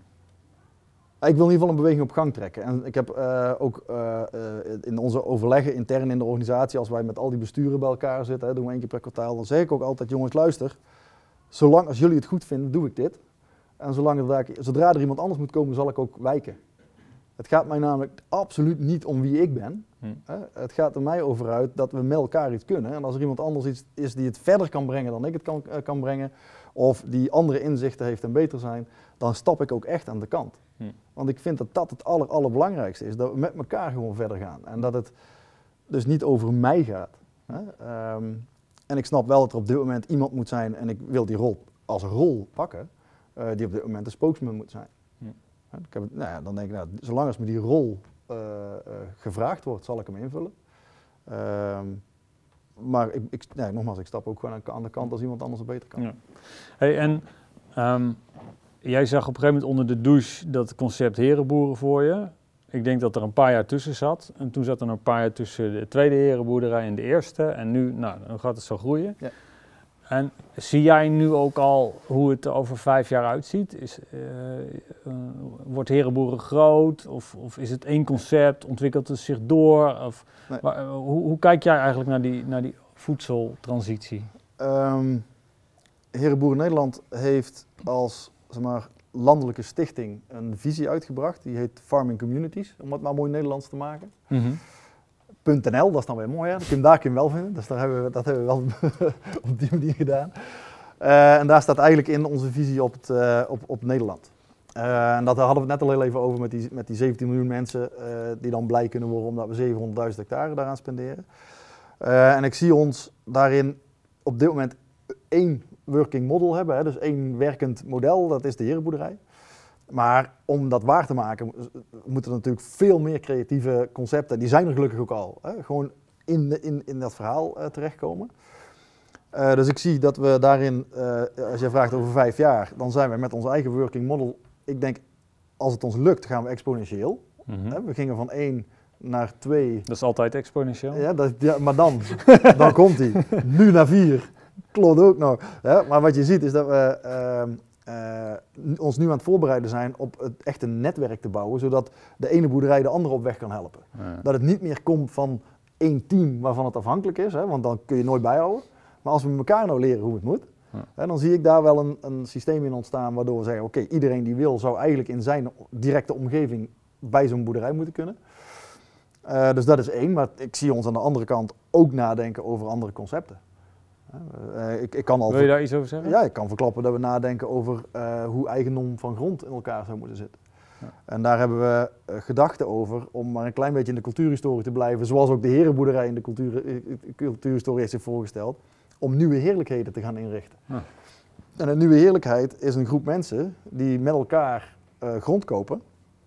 Ik wil in ieder geval een beweging op gang trekken. En ik heb uh, ook uh, uh, in onze overleggen intern in de organisatie, als wij met al die besturen bij elkaar zitten, hè, doen we één keer per kwartaal, dan zeg ik ook altijd, jongens luister, zolang als jullie het goed vinden, doe ik dit. En zolang er, zodra er iemand anders moet komen, zal ik ook wijken. Het gaat mij namelijk absoluut niet om wie ik ben. Hm. Hè. Het gaat er mij over uit dat we met elkaar iets kunnen. En als er iemand anders iets is die het verder kan brengen dan ik het kan, uh, kan brengen, of die andere inzichten heeft en beter zijn, dan stap ik ook echt aan de kant. Hm. Want ik vind dat dat het aller, allerbelangrijkste is, dat we met elkaar gewoon verder gaan. En dat het dus niet over mij gaat. Hè? Um, en ik snap wel dat er op dit moment iemand moet zijn, en ik wil die rol als rol pakken, uh, die op dit moment de spokesman moet zijn. Hm. Ik heb, nou ja, dan denk ik, nou, zolang als me die rol uh, uh, gevraagd wordt, zal ik hem invullen. Um, maar ik, ik, nee, nogmaals, ik stap ook gewoon aan de kant als iemand anders het beter kan. Ja. Hey, en um, jij zag op een gegeven moment onder de douche dat concept herenboeren voor je. Ik denk dat er een paar jaar tussen zat. En toen zat er een paar jaar tussen de tweede herenboerderij en de eerste. En nu, nou, dan gaat het zo groeien. Ja. En zie jij nu ook al hoe het er over vijf jaar uitziet? Is, uh, uh, wordt herenboeren groot? Of, of is het één concept? Ontwikkelt het zich door? Of, nee. waar, uh, hoe, hoe kijk jij eigenlijk naar die, naar die voedseltransitie? Um, Herenboeren Nederland heeft als zeg maar, landelijke stichting een visie uitgebracht. Die heet Farming Communities, om het maar mooi Nederlands te maken. Mm-hmm. .nl, dat is dan weer mooi, hè? Dat kun je daar kun je wel vinden. Dus daar hebben we, dat hebben we wel op die manier gedaan. Uh, en daar staat eigenlijk in onze visie op, het, uh, op, op Nederland. Uh, en dat hadden we het net al heel even over met die, met die zeventien miljoen mensen uh, die dan blij kunnen worden omdat we zevenhonderdduizend hectare daaraan spenderen. Uh, en ik zie ons daarin op dit moment één working model hebben, hè? Dus één werkend model, dat is de herenboerderij. Maar om dat waar te maken, moeten er natuurlijk veel meer creatieve concepten, die zijn er gelukkig ook al, hè, gewoon in, in, in dat verhaal uh, terechtkomen. Uh, dus ik zie dat we daarin, uh, als je vraagt over vijf jaar, dan zijn we met ons eigen working model, ik denk, als het ons lukt, gaan we exponentieel. Mm-hmm. Hè, we gingen van één naar twee. Dat is altijd exponentieel? Ja, dat, ja maar dan, dan komt hij. Nu naar vier, klopt ook nog. Ja, maar wat je ziet is dat we uh, uh, ons nu aan het voorbereiden zijn op het echt een netwerk te bouwen, zodat de ene boerderij de andere op weg kan helpen. Ja. Dat het niet meer komt van één team waarvan het afhankelijk is, hè, want dan kun je nooit bijhouden. Maar als we met elkaar nou leren hoe het moet, ja. hè, dan zie ik daar wel een, een systeem in ontstaan waardoor we zeggen, oké, okay, iedereen die wil zou eigenlijk in zijn directe omgeving bij zo'n boerderij moeten kunnen. Uh, dus dat is één, maar ik zie ons aan de andere kant ook nadenken over andere concepten. Uh, ik, ik kan al Wil je daar iets over zeggen? Ja, ik kan verklappen dat we nadenken over uh, hoe eigendom van grond in elkaar zou moeten zitten. Ja. En daar hebben we uh, gedachten over, om maar een klein beetje in de cultuurhistorie te blijven, zoals ook de herenboerderij in de cultuur, cultuurhistorie heeft zich voorgesteld, om nieuwe heerlijkheden te gaan inrichten. Ja. En een nieuwe heerlijkheid is een groep mensen die met elkaar uh, grond kopen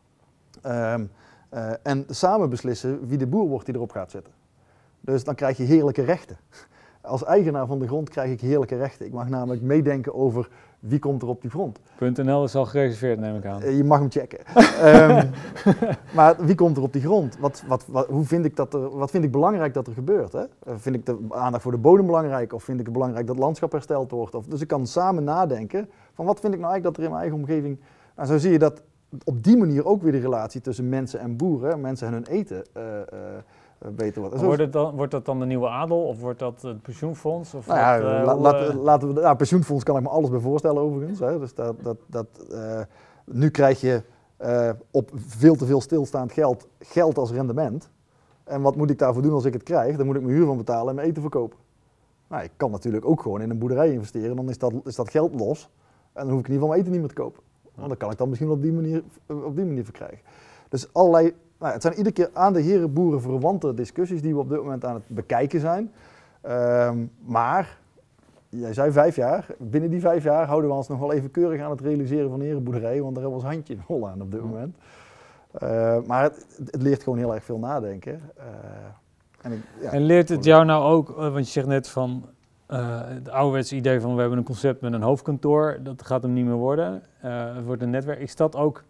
uh, uh, en samen beslissen wie de boer wordt die erop gaat zitten. Dus dan krijg je heerlijke rechten. Als eigenaar van de grond krijg ik heerlijke rechten. Ik mag namelijk meedenken over wie komt er op die grond. .n l is al gereserveerd, neem ik aan. Je mag hem checken. um, maar wie komt er op die grond? Wat, wat, wat, hoe vind ik dat er, wat vind ik belangrijk dat er gebeurt? Hè? Vind ik de aandacht voor de bodem belangrijk? Of vind ik het belangrijk dat het landschap hersteld wordt? Of, dus ik kan samen nadenken van wat vind ik nou eigenlijk dat er in mijn eigen omgeving... Nou, zo zie je dat op die manier ook weer de relatie tussen mensen en boeren, mensen en hun eten... Uh, uh, beter wordt. Wordt, het dan, wordt dat dan de nieuwe adel of wordt dat het pensioenfonds? Of nou ja, wat, uh, la, hoe, laat, uh... laten we, nou, pensioenfonds kan ik me alles bij voorstellen overigens. Hè. Dus dat, dat, dat, uh, nu krijg je uh, op veel te veel stilstaand geld, geld als rendement. En wat moet ik daarvoor doen als ik het krijg? Dan moet ik mijn huur van betalen en mijn eten verkopen. Nou, ik kan natuurlijk ook gewoon in een boerderij investeren, dan is dat, is dat geld los. En dan hoef ik in ieder geval mijn eten niet meer te kopen. Want dan kan ik dan misschien op die manier, op die manier verkrijgen. Dus allerlei... Nou, het zijn iedere keer aan de herenboeren verwante discussies die we op dit moment aan het bekijken zijn. Um, maar, jij zei vijf jaar. Binnen die vijf jaar houden we ons nog wel even keurig aan het realiseren van de herenboerderij, want daar hebben we ons handje vol aan op dit moment. Uh, maar het, het leert gewoon heel erg veel nadenken. Uh, en, ik, ja, en leert het jou nou ook, want je zegt net van uh, het ouderwetse idee van we hebben een concept met een hoofdkantoor, dat gaat hem niet meer worden. Uh, het wordt een netwerk. Is dat ook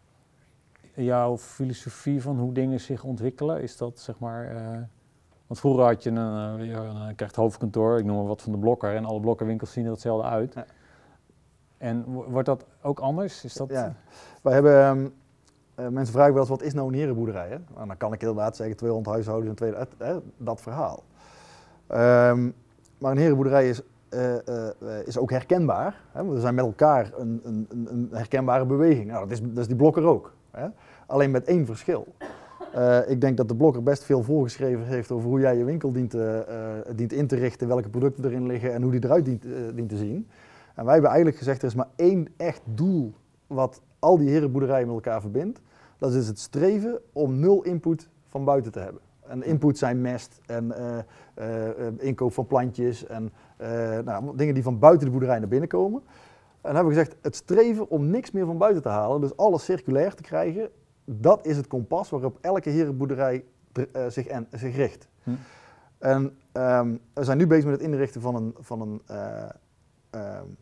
jouw filosofie van hoe dingen zich ontwikkelen? Is dat zeg maar, uh, want vroeger had je een, uh, je krijgt hoofdkantoor, ik noem maar wat van de Blokker, en alle Blokkerwinkels zien er hetzelfde uit. Ja. En w- wordt dat ook anders? Is dat... Ja, wij hebben, um, uh, mensen vragen wel eens wat is nou een herenboerderij? Hè? Nou, dan kan ik inderdaad zeggen tweehonderd huishoudens en twee, uh, uh, dat verhaal. Um, maar een herenboerderij is, uh, uh, is ook herkenbaar. Hè? We zijn met elkaar een, een, een herkenbare beweging. Nou, dat, is, dat is die Blokker ook. Hè? Alleen met één verschil. Uh, ik denk dat de Blokker best veel voorgeschreven heeft over hoe jij je winkel dient, uh, uh, dient in te richten, welke producten erin liggen en hoe die eruit dient, uh, dient te zien. En wij hebben eigenlijk gezegd, er is maar één echt doel wat al die herenboerderijen met elkaar verbindt. Dat is het streven om nul input van buiten te hebben. En input zijn mest en uh, uh, uh, inkoop van plantjes en uh, nou, dingen die van buiten de boerderij naar binnen komen. En dan hebben we gezegd, het streven om niks meer van buiten te halen, dus alles circulair te krijgen, dat is het kompas waarop elke herenboerderij uh, zich, en, zich richt. Hm. En um, we zijn nu bezig met het inrichten van een, van een uh, uh,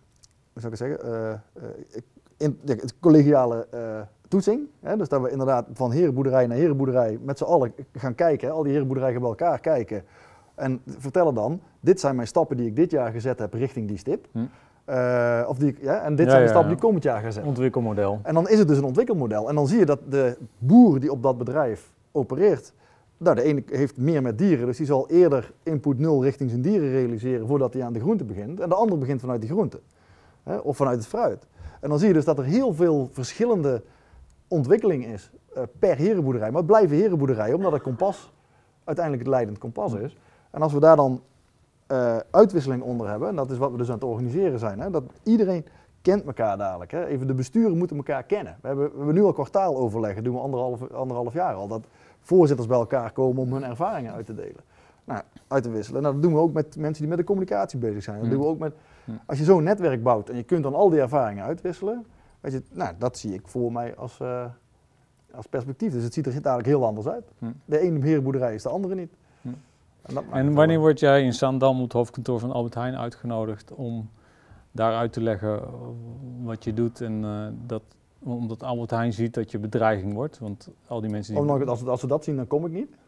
hoe zou ik het zeggen, uh, uh, in, ja, collegiale uh, toetsing. Hè? Dus dat we inderdaad van herenboerderij naar herenboerderij met z'n allen gaan kijken, hè? Al die herenboerderijen bij elkaar kijken en vertellen dan, dit zijn mijn stappen die ik dit jaar gezet heb richting die stip. Hm. Uh, of die, ja, en dit ja, zijn de ja, stappen ja. die ik komend jaar ga zetten. Ontwikkelmodel. En dan is het dus een ontwikkelmodel. En dan zie je dat de boer die op dat bedrijf opereert, nou, de ene heeft meer met dieren, dus die zal eerder input nul richting zijn dieren realiseren voordat hij aan de groente begint. En de andere begint vanuit die groente. Hè, of vanuit het fruit. En dan zie je dus dat er heel veel verschillende ontwikkeling is uh, per herenboerderij. Maar het blijven herenboerderijen, omdat het kompas uiteindelijk het leidend kompas is. En als we daar dan uh, uitwisseling onder hebben, en dat is wat we dus aan het organiseren zijn, hè, dat iedereen kent elkaar dadelijk. Hè. Even de besturen moeten elkaar kennen. We hebben, we hebben nu al kwartaaloverleggen, doen we anderhalf, anderhalf jaar al, dat voorzitters bij elkaar komen om hun ervaringen uit te delen. Nou, uit te wisselen. Nou, dat doen we ook met mensen die met de communicatie bezig zijn. Dat ja. doen we ook met, als je zo'n netwerk bouwt en je kunt dan al die ervaringen uitwisselen, weet je, nou, dat zie ik voor mij als, uh, als perspectief. Dus het ziet er dadelijk heel anders uit. Ja. De ene herenboerderij is de andere niet. Ja. En, en wanneer word jij in Zaandam op het hoofdkantoor van Albert Heijn uitgenodigd om daar uit te leggen wat je doet en uh, dat, omdat Albert Heijn ziet dat je bedreiging wordt? Want al die mensen die... Oh, als, als ze dat zien, dan kom ik niet.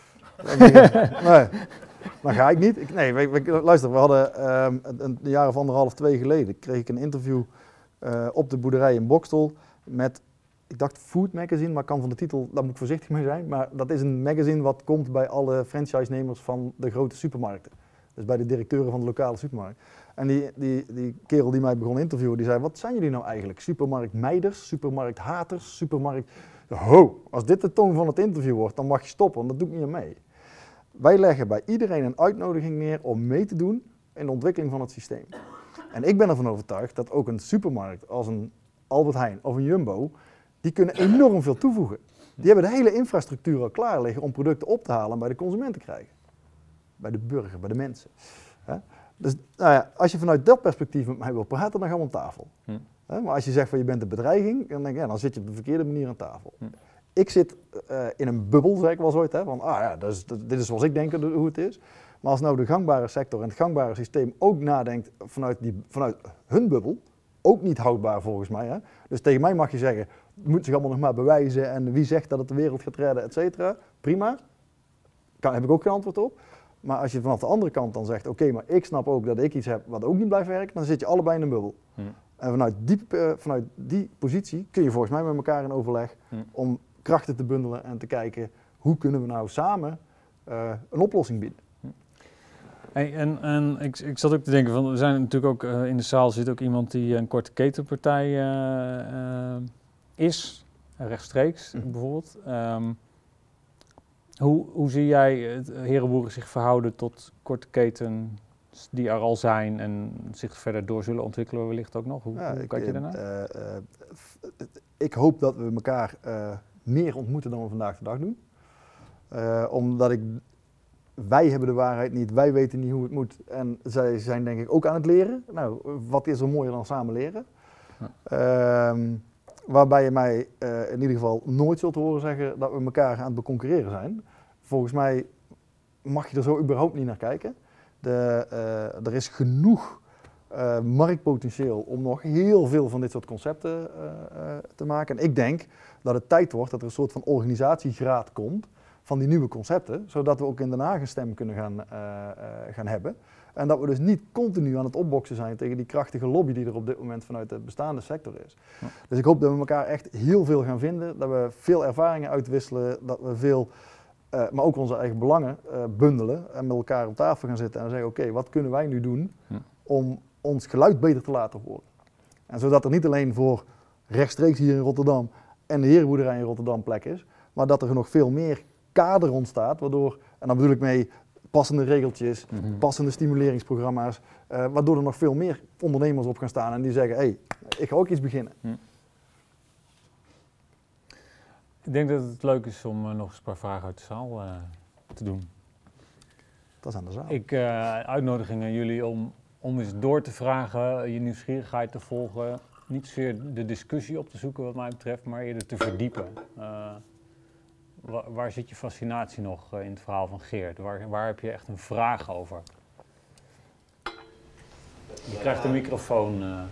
Nee, dan ga ik niet. Ik, nee, we, we, luister, we hadden um, een, een jaar of anderhalf, twee geleden, kreeg ik een interview uh, op de boerderij in Bokstel met, ik dacht Food Magazine, maar kan van de titel, daar moet ik voorzichtig mee zijn, maar dat is een magazine wat komt bij alle franchise-nemers van de grote supermarkten. Dus bij de directeuren van de lokale supermarkt. En die, die, die kerel die mij begon interviewen, die zei, wat zijn jullie nou eigenlijk? Supermarktmeiders, supermarkthaters, supermarkt... Ho, als dit de toon van het interview wordt, dan mag je stoppen, want dat doe ik niet aan mee. Wij leggen bij iedereen een uitnodiging neer om mee te doen in de ontwikkeling van het systeem. En ik ben ervan overtuigd dat ook een supermarkt als een Albert Heijn of een Jumbo, die kunnen enorm veel toevoegen. Die hebben de hele infrastructuur al klaar liggen om producten op te halen en bij de consument te krijgen. Bij de burger, bij de mensen. He? Dus nou ja, als je vanuit dat perspectief met mij wil praten, dan gaan we om tafel. Hm. He? Maar als je zegt van je bent de bedreiging, dan denk ik, ja, dan zit je op de verkeerde manier aan tafel. Hm. Ik zit uh, in een bubbel, zeg ik wel eens ooit, hè, van ah ja, dat is, dat, dit is zoals ik denk hoe het is. Maar als nou de gangbare sector en het gangbare systeem ook nadenkt vanuit, die, vanuit hun bubbel, ook niet houdbaar volgens mij. Hè? Dus tegen mij mag je zeggen, het moet zich allemaal nog maar bewijzen en wie zegt dat het de wereld gaat redden, et cetera. Prima, daar heb ik ook geen antwoord op. Maar als je vanaf de andere kant dan zegt, oké, okay, maar ik snap ook dat ik iets heb wat ook niet blijft werken, dan zit je allebei in een bubbel. Hmm. En vanuit die, uh, vanuit die positie kun je volgens mij met elkaar in overleg hmm. om krachten te bundelen en te kijken, hoe kunnen we nou samen uh, een oplossing bieden. Hey, en en ik, ik zat ook te denken, van, we zijn natuurlijk ook uh, in de zaal zit ook iemand die een korte ketenpartij uh, uh, is, rechtstreeks mm. bijvoorbeeld. Um, hoe, hoe zie jij het herenboeren zich verhouden tot korte ketens die er al zijn en zich verder door zullen ontwikkelen wellicht ook nog? Hoe, ja, hoe kijk je daarnaar? Uh, uh, uh, ik hoop dat we elkaar uh, meer ontmoeten dan we vandaag de dag doen. Uh, omdat ik wij hebben de waarheid niet, wij weten niet hoe het moet. En zij zijn denk ik ook aan het leren. Nou, wat is er mooier dan samen leren? Ja. Um, waarbij je mij uh, in ieder geval nooit zult horen zeggen dat we elkaar aan het beconcurreren zijn. Volgens mij mag je er zo überhaupt niet naar kijken. De, uh, er is genoeg uh, marktpotentieel om nog heel veel van dit soort concepten uh, uh, te maken. En ik denk dat het tijd wordt dat er een soort van organisatiegraad komt van die nieuwe concepten, zodat we ook in Den Haag een stem kunnen gaan, uh, uh, gaan hebben. En dat we dus niet continu aan het opboksen zijn tegen die krachtige lobby die er op dit moment vanuit de bestaande sector is. Ja. Dus ik hoop dat we elkaar echt heel veel gaan vinden, dat we veel ervaringen uitwisselen, dat we veel, uh, maar ook onze eigen belangen uh, bundelen en met elkaar op tafel gaan zitten en zeggen, oké, okay, wat kunnen wij nu doen ja. om ons geluid beter te laten horen? En zodat er niet alleen voor rechtstreeks hier in Rotterdam en de herenboerderij in Rotterdam plek is, maar dat er nog veel meer kader ontstaat, waardoor, en dan bedoel ik mee passende regeltjes, mm-hmm. passende stimuleringsprogramma's, uh, waardoor er nog veel meer ondernemers op gaan staan en die zeggen, hé, hey, ik ga ook iets beginnen. Mm. Ik denk dat het leuk is om uh, nog eens een paar vragen uit de zaal uh, te doen. Dat is aan de zaal. Ik uh, uitnodiging aan jullie om, om eens door te vragen, je nieuwsgierigheid te volgen, niet zozeer de discussie op te zoeken wat mij betreft, maar eerder te verdiepen. Uh, Waar, waar zit je fascinatie nog uh, in het verhaal van Geert? Waar, waar heb je echt een vraag over? Je krijgt de microfoon. Uh.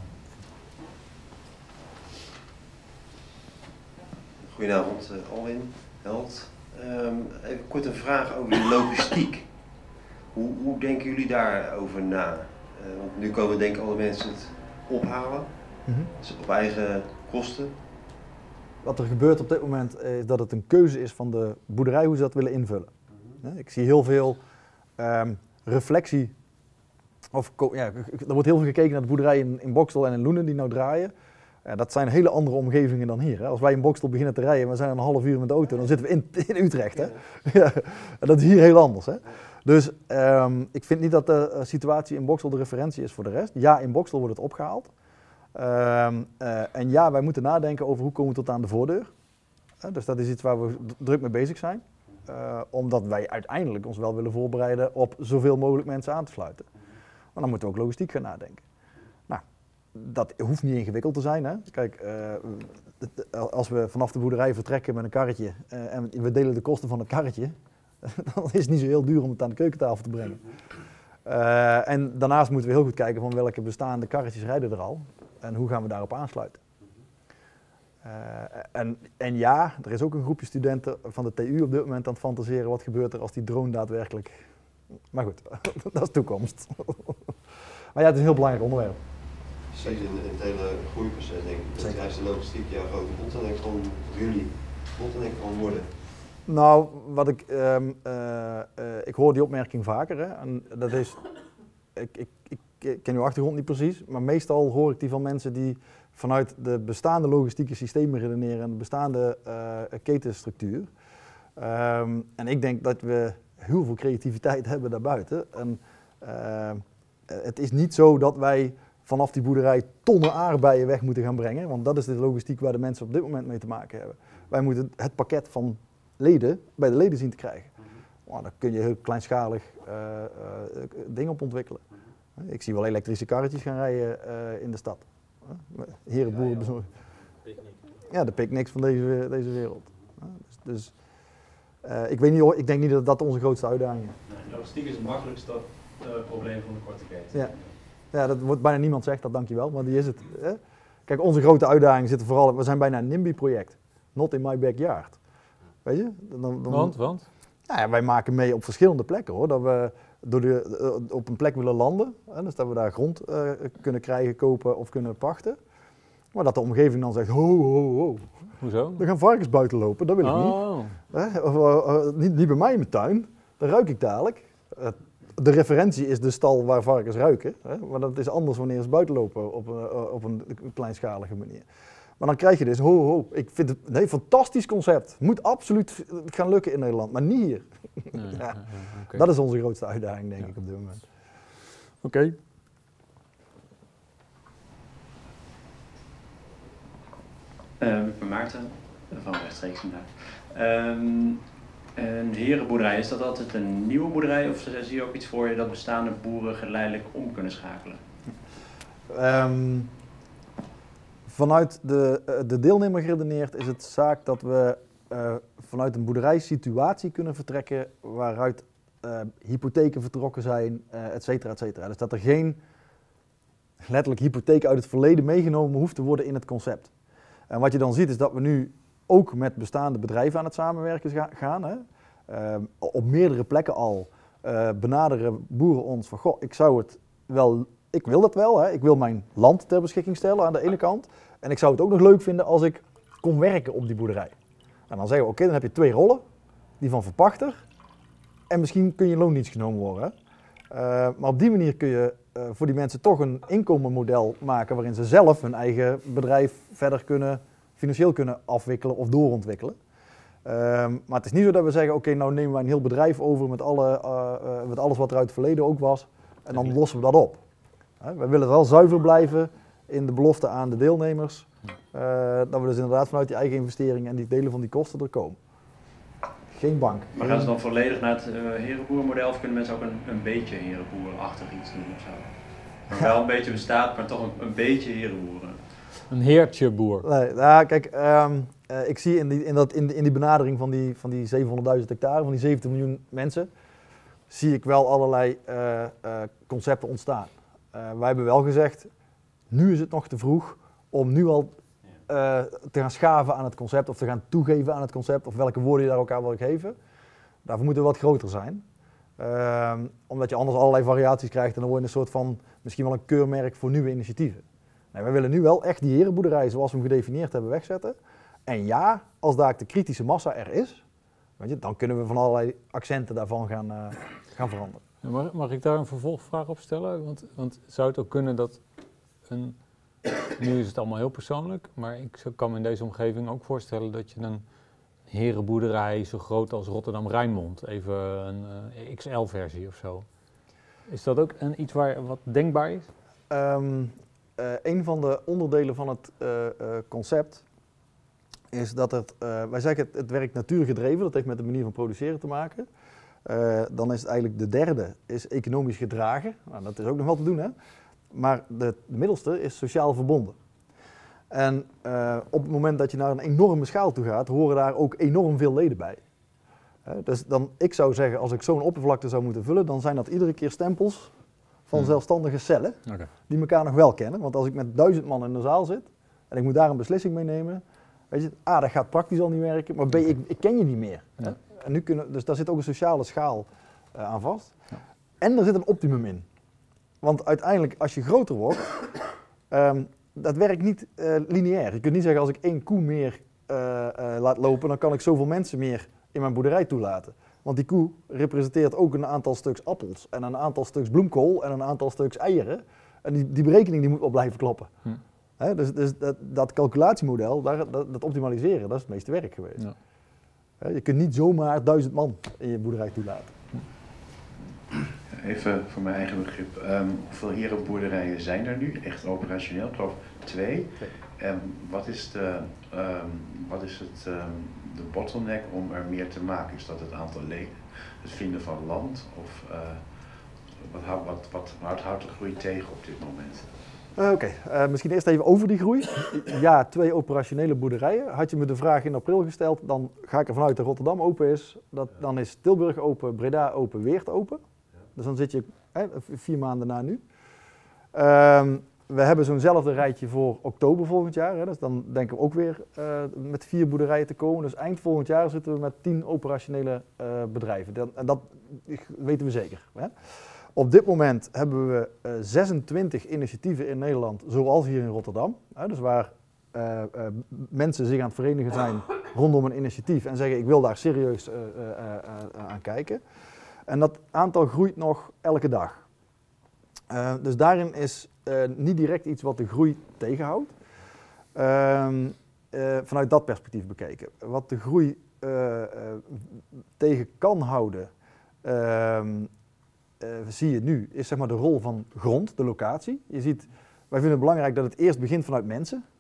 Goedenavond, uh, Alwin, Held. Um, even kort een vraag over de logistiek. Hoe, hoe denken jullie daarover na? Uh, want nu komen denk ik alle mensen het ophalen, mm-hmm. dus op eigen kosten. Wat er gebeurt op dit moment is dat het een keuze is van de boerderij hoe ze dat willen invullen. Mm-hmm. Ik zie heel veel um, reflectie, of ja, er wordt heel veel gekeken naar de boerderij in, in Boxtel en in Loenen die nou draaien. Uh, dat zijn hele andere omgevingen dan hier. Hè. Als wij in Boxtel beginnen te rijden en we zijn een half uur met de auto, dan zitten we in, in Utrecht. Hè. Ja. En dat is hier heel anders. Hè. Dus um, ik vind niet dat de uh, situatie in Boxtel de referentie is voor de rest. Ja, in Boxtel wordt het opgehaald. Uh, uh, en ja, wij moeten nadenken over hoe komen we tot aan de voordeur. Uh, dus dat is iets waar we d- druk mee bezig zijn. Uh, omdat wij uiteindelijk ons wel willen voorbereiden op zoveel mogelijk mensen aan te sluiten. Maar dan moeten we ook logistiek gaan nadenken. Nou, dat hoeft niet ingewikkeld te zijn. Hè? Kijk, uh, als we vanaf de boerderij vertrekken met een karretje uh, en we delen de kosten van het karretje, dan is het niet zo heel duur om het aan de keukentafel te brengen. Uh, en daarnaast moeten we heel goed kijken van welke bestaande karretjes rijden er al. En hoe gaan we daarop aansluiten? Uh, en, en ja, er is ook een groepje studenten van de T U op dit moment aan het fantaseren wat gebeurt er als die drone daadwerkelijk... Maar goed, dat is toekomst. Maar ja, het is een heel belangrijk onderwerp. Precies, in, in het hele groeiproces denk ik. Dat juist de logistiek jouw grote bottleneck van jullie bottleneck kan worden. Nou, wat ik, um, uh, uh, ik hoor die opmerking vaker. Hè, en dat is, ik, ik, ik Ik ken uw achtergrond niet precies, maar meestal hoor ik die van mensen die vanuit de bestaande logistieke systemen redeneren en de bestaande uh, ketenstructuur. Um, en ik denk dat we heel veel creativiteit hebben daarbuiten. En, uh, het is niet zo dat wij vanaf die boerderij tonnen aardbeien weg moeten gaan brengen, want dat is de logistiek waar de mensen op dit moment mee te maken hebben. Wij moeten het pakket van leden bij de leden zien te krijgen. Nou, daar kun je heel kleinschalig uh, uh, dingen op ontwikkelen. Ik zie wel elektrische karretjes gaan rijden uh, in de stad. Uh, Herenboeren bezorgen. Ja, de picknicks van deze, deze wereld. Uh, dus dus uh, ik, weet niet, ik denk niet dat dat onze grootste uitdaging is. Nee, logistiek is het makkelijkste uh, probleem van de korte keten. Ja. Ja, dat wordt bijna niemand zegt dat, dankjewel, maar die is het. Hè? Kijk, onze grote uitdaging zit er vooral, we zijn bijna een NIMBY-project. Not in my backyard. Weet je? Dan, dan, want, want? Nou ja, wij maken mee op verschillende plekken hoor. Dat we door de, op een plek willen landen. Hè, dus dat we daar grond uh, kunnen krijgen, kopen of kunnen pachten. Maar dat de omgeving dan zegt, ho, ho, ho. Hoezo? Er gaan varkens buiten lopen, dat wil ik oh. niet. Hè? Of, uh, uh, niet. Niet bij mij in mijn tuin, dat ruik ik dadelijk. Uh, de referentie is de stal waar varkens ruiken. Hè? Maar dat is anders wanneer ze buiten lopen op, uh, op een kleinschalige manier. Maar dan krijg je dus, ho, ho, ik vind het een heel fantastisch concept. Moet absoluut gaan lukken in Nederland, maar niet hier. Ja, ja, ja, okay. Dat is onze grootste uitdaging, denk ja. ik, op dit moment. Oké. Okay. Uh, ik ben Maarten, van Rechtstreeks vandaag. Um, Een herenboerderij, is dat altijd een nieuwe boerderij of zie je ook iets voor je dat bestaande boeren geleidelijk om kunnen schakelen? Um, vanuit de, uh, de deelnemer geredeneerd is het zaak dat we uh, vanuit een boerderijsituatie kunnen vertrekken waaruit uh, hypotheken vertrokken zijn, uh, et cetera, et cetera. Dus dat er geen letterlijk hypotheek uit het verleden meegenomen hoeft te worden in het concept. En wat je dan ziet is dat we nu ook met bestaande bedrijven aan het samenwerken ga- gaan. Hè. Uh, op meerdere plekken al uh, benaderen boeren ons van, goh, ik zou het wel, ik wil dat wel, hè. Ik wil mijn land ter beschikking stellen aan de ene kant. En ik zou het ook nog leuk vinden als ik kon werken op die boerderij. En dan zeggen we, oké, okay, dan heb je twee rollen, die van verpachter en misschien kun je in loondienst genomen worden. Hè. Uh, maar op die manier kun je uh, voor die mensen toch een inkomenmodel maken waarin ze zelf hun eigen bedrijf verder kunnen, financieel kunnen afwikkelen of doorontwikkelen. Uh, maar het is niet zo dat we zeggen, oké, okay, nou nemen wij een heel bedrijf over met, alle, uh, uh, met alles wat er uit het verleden ook was en dan lossen we dat op. Uh, we willen wel zuiver blijven in de belofte aan de deelnemers, uh, dat we dus inderdaad vanuit die eigen investering en die delen van die kosten er komen. Geen bank. Maar gaan ze dan volledig naar het uh, herenboermodel of kunnen mensen ook een, een beetje herenboerachtig iets doen of zo? Maar wel een beetje bestaat, maar toch een, een beetje herenboeren. Een heertje boer. Nee, nou, kijk, um, uh, ik zie in die, in, dat, in, die, in die benadering van die, van die zevenhonderdduizend hectare, van die zeventig miljoen mensen, zie ik wel allerlei uh, uh, concepten ontstaan. Uh, wij hebben wel gezegd, nu is het nog te vroeg om nu al uh, te gaan schaven aan het concept of te gaan toegeven aan het concept of welke woorden je daar elkaar wil geven. Daarvoor moeten we wat groter zijn. Uh, omdat je anders allerlei variaties krijgt en dan word je een soort van, misschien wel een keurmerk voor nieuwe initiatieven. Nee, wij willen nu wel echt die herenboerderij zoals we hem gedefinieerd hebben wegzetten. En ja, als daar de kritische massa er is, weet je, dan kunnen we van allerlei accenten daarvan gaan, uh, gaan veranderen. Ja, mag, mag ik daar een vervolgvraag op stellen? Want, want zou het ook kunnen dat een... Nu is het allemaal heel persoonlijk, maar ik kan me in deze omgeving ook voorstellen dat je een herenboerderij zo groot als Rotterdam-Rijnmond, even een uh, X L-versie of zo. Is dat ook een, iets waar wat denkbaar is? Um, uh, een van de onderdelen van het uh, uh, concept is dat het, uh, wij zeggen het, het werkt natuurgedreven, dat heeft met de manier van produceren te maken. Uh, dan is het eigenlijk de derde, is economisch gedragen. Nou, dat is ook nog wel te doen, hè. Maar de middelste is sociaal verbonden. En uh, op het moment dat je naar een enorme schaal toe gaat, horen daar ook enorm veel leden bij. Uh, dus dan, ik zou zeggen, als ik zo'n oppervlakte zou moeten vullen, dan zijn dat iedere keer stempels van hmm. zelfstandige cellen, okay. die elkaar nog wel kennen. Want als ik met duizend man in de zaal zit en ik moet daar een beslissing mee nemen, weet je, A, dat gaat praktisch al niet werken, maar B, ik, ik ken je niet meer. Ja. En nu kunnen, dus daar zit ook een sociale schaal uh, aan vast. Ja. En er zit een optimum in. Want uiteindelijk, als je groter wordt, um, dat werkt niet uh, lineair. Je kunt niet zeggen, als ik één koe meer uh, uh, laat lopen, dan kan ik zoveel mensen meer in mijn boerderij toelaten. Want die koe representeert ook een aantal stuks appels en een aantal stuks bloemkool en een aantal stuks eieren. En die, die berekening die moet wel blijven kloppen. Hm. He, dus dus dat, dat calculatiemodel, daar, dat, dat optimaliseren, dat is het meeste werk geweest. Ja. He, je kunt niet zomaar duizend man in je boerderij toelaten. Hm. Even voor mijn eigen begrip, um, hoeveel herenboerderijen zijn er nu, echt operationeel? Ik geloof twee. En wat is, de, um, wat is het, um, de bottleneck om er meer te maken? Is dat het aantal leden, het vinden van land of uh, wat, houdt, wat, wat, wat houdt de groei tegen op dit moment? Uh, Oké, okay. uh, misschien eerst even over die groei. Ja, twee operationele boerderijen. Had je me de vraag in april gesteld, dan ga ik ervan uit dat Rotterdam open is. Dat, dan is Tilburg open, Breda open, Weert open. Dus dan zit je hè, vier maanden na nu. Um, we hebben zo'nzelfde rijtje voor oktober volgend jaar. Hè, dus dan denken we ook weer uh, met vier boerderijen te komen. Dus eind volgend jaar zitten we met tien operationele uh, bedrijven. Dat, en dat weten we zeker. Hè. Op dit moment hebben we uh, zesentwintig initiatieven in Nederland, zoals hier in Rotterdam. Hè, dus waar uh, uh, mensen zich aan het verenigen zijn rondom een initiatief en zeggen ik wil daar serieus uh, uh, uh, uh, aan kijken. En dat aantal groeit nog elke dag. Uh, dus daarin is uh, niet direct iets wat de groei tegenhoudt. Uh, uh, vanuit dat perspectief bekeken. Wat de groei uh, uh, tegen kan houden, uh, uh, zie je nu, is zeg maar de rol van grond, de locatie. Je ziet, wij vinden het belangrijk dat het eerst begint vanuit mensen.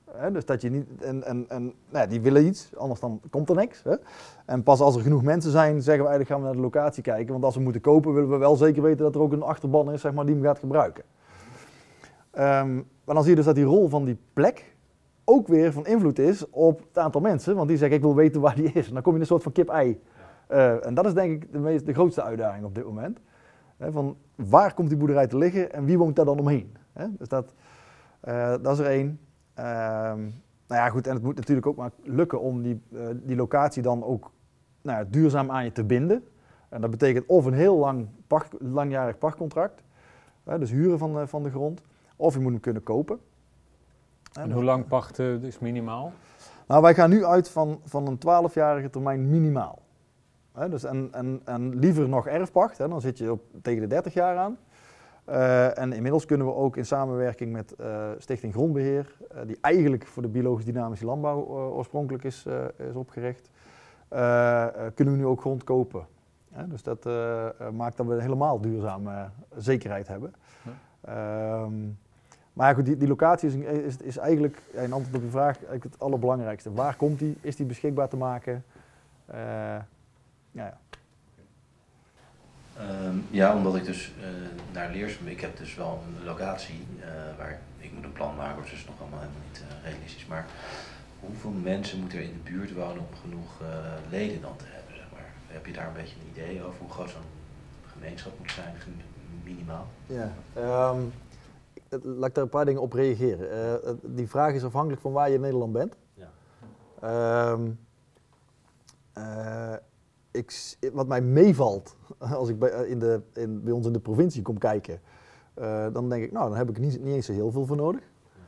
Hè? Dus dat je niet, en, en, en nou ja, die willen iets, anders dan komt er niks. Hè? En pas als er genoeg mensen zijn, zeggen we eigenlijk gaan we naar de locatie kijken. Want als we moeten kopen, willen we wel zeker weten dat er ook een achterban is, zeg maar, die hem gaat gebruiken. Um, maar dan zie je dus dat die rol van die plek ook weer van invloed is op het aantal mensen. Want die zeggen, ik wil weten waar die is. En dan kom je in een soort van kip-ei. Uh, en dat is denk ik de, meest, de grootste uitdaging op dit moment. He, van waar komt die boerderij te liggen en wie woont daar dan omheen? He, dus dat, uh, dat is er één. Uh, nou ja, goed, en het moet natuurlijk ook maar lukken om die, uh, die locatie dan ook nou ja, duurzaam aan je te binden. En dat betekent of een heel lang pacht, langjarig pachtcontract, uh, dus huren van, uh, van de grond, of je moet hem kunnen kopen. En uh, hoe lang pachten is minimaal? Nou, wij gaan nu uit van, van een twaalfjarige termijn minimaal. He, dus en, en, en liever nog erfpacht, he, dan zit je op, tegen de dertig jaar aan. Uh, en inmiddels kunnen we ook in samenwerking met uh, Stichting Grondbeheer, uh, die eigenlijk voor de biologisch dynamische landbouw uh, oorspronkelijk is, uh, is opgericht, uh, uh, kunnen we nu ook grond kopen. He, dus dat uh, uh, maakt dat we helemaal duurzame uh, zekerheid hebben. Ja. Um, maar goed, die, die locatie is, is, is eigenlijk, ja, in antwoord op je vraag, eigenlijk het allerbelangrijkste. Waar komt die? Is die beschikbaar te maken? Uh, Ja, ja. Um, ja, omdat ik dus uh, naar Leersum, ik heb dus wel een locatie uh, waar ik moet een plan maken, maar het is nog allemaal helemaal niet uh, realistisch. Maar hoeveel mensen moeten er in de buurt wonen om genoeg uh, leden dan te hebben, zeg maar? Heb je daar een beetje een idee over hoe groot zo'n gemeenschap moet zijn, minimaal? Ja, um, laat ik daar een paar dingen op reageren. Uh, die vraag is afhankelijk van waar je in Nederland bent. Ja. Um, uh, Ik, wat mij meevalt als ik bij, in de, in, bij ons in de provincie kom kijken, uh, dan denk ik, nou, dan heb ik niet, niet eens zo heel veel voor nodig.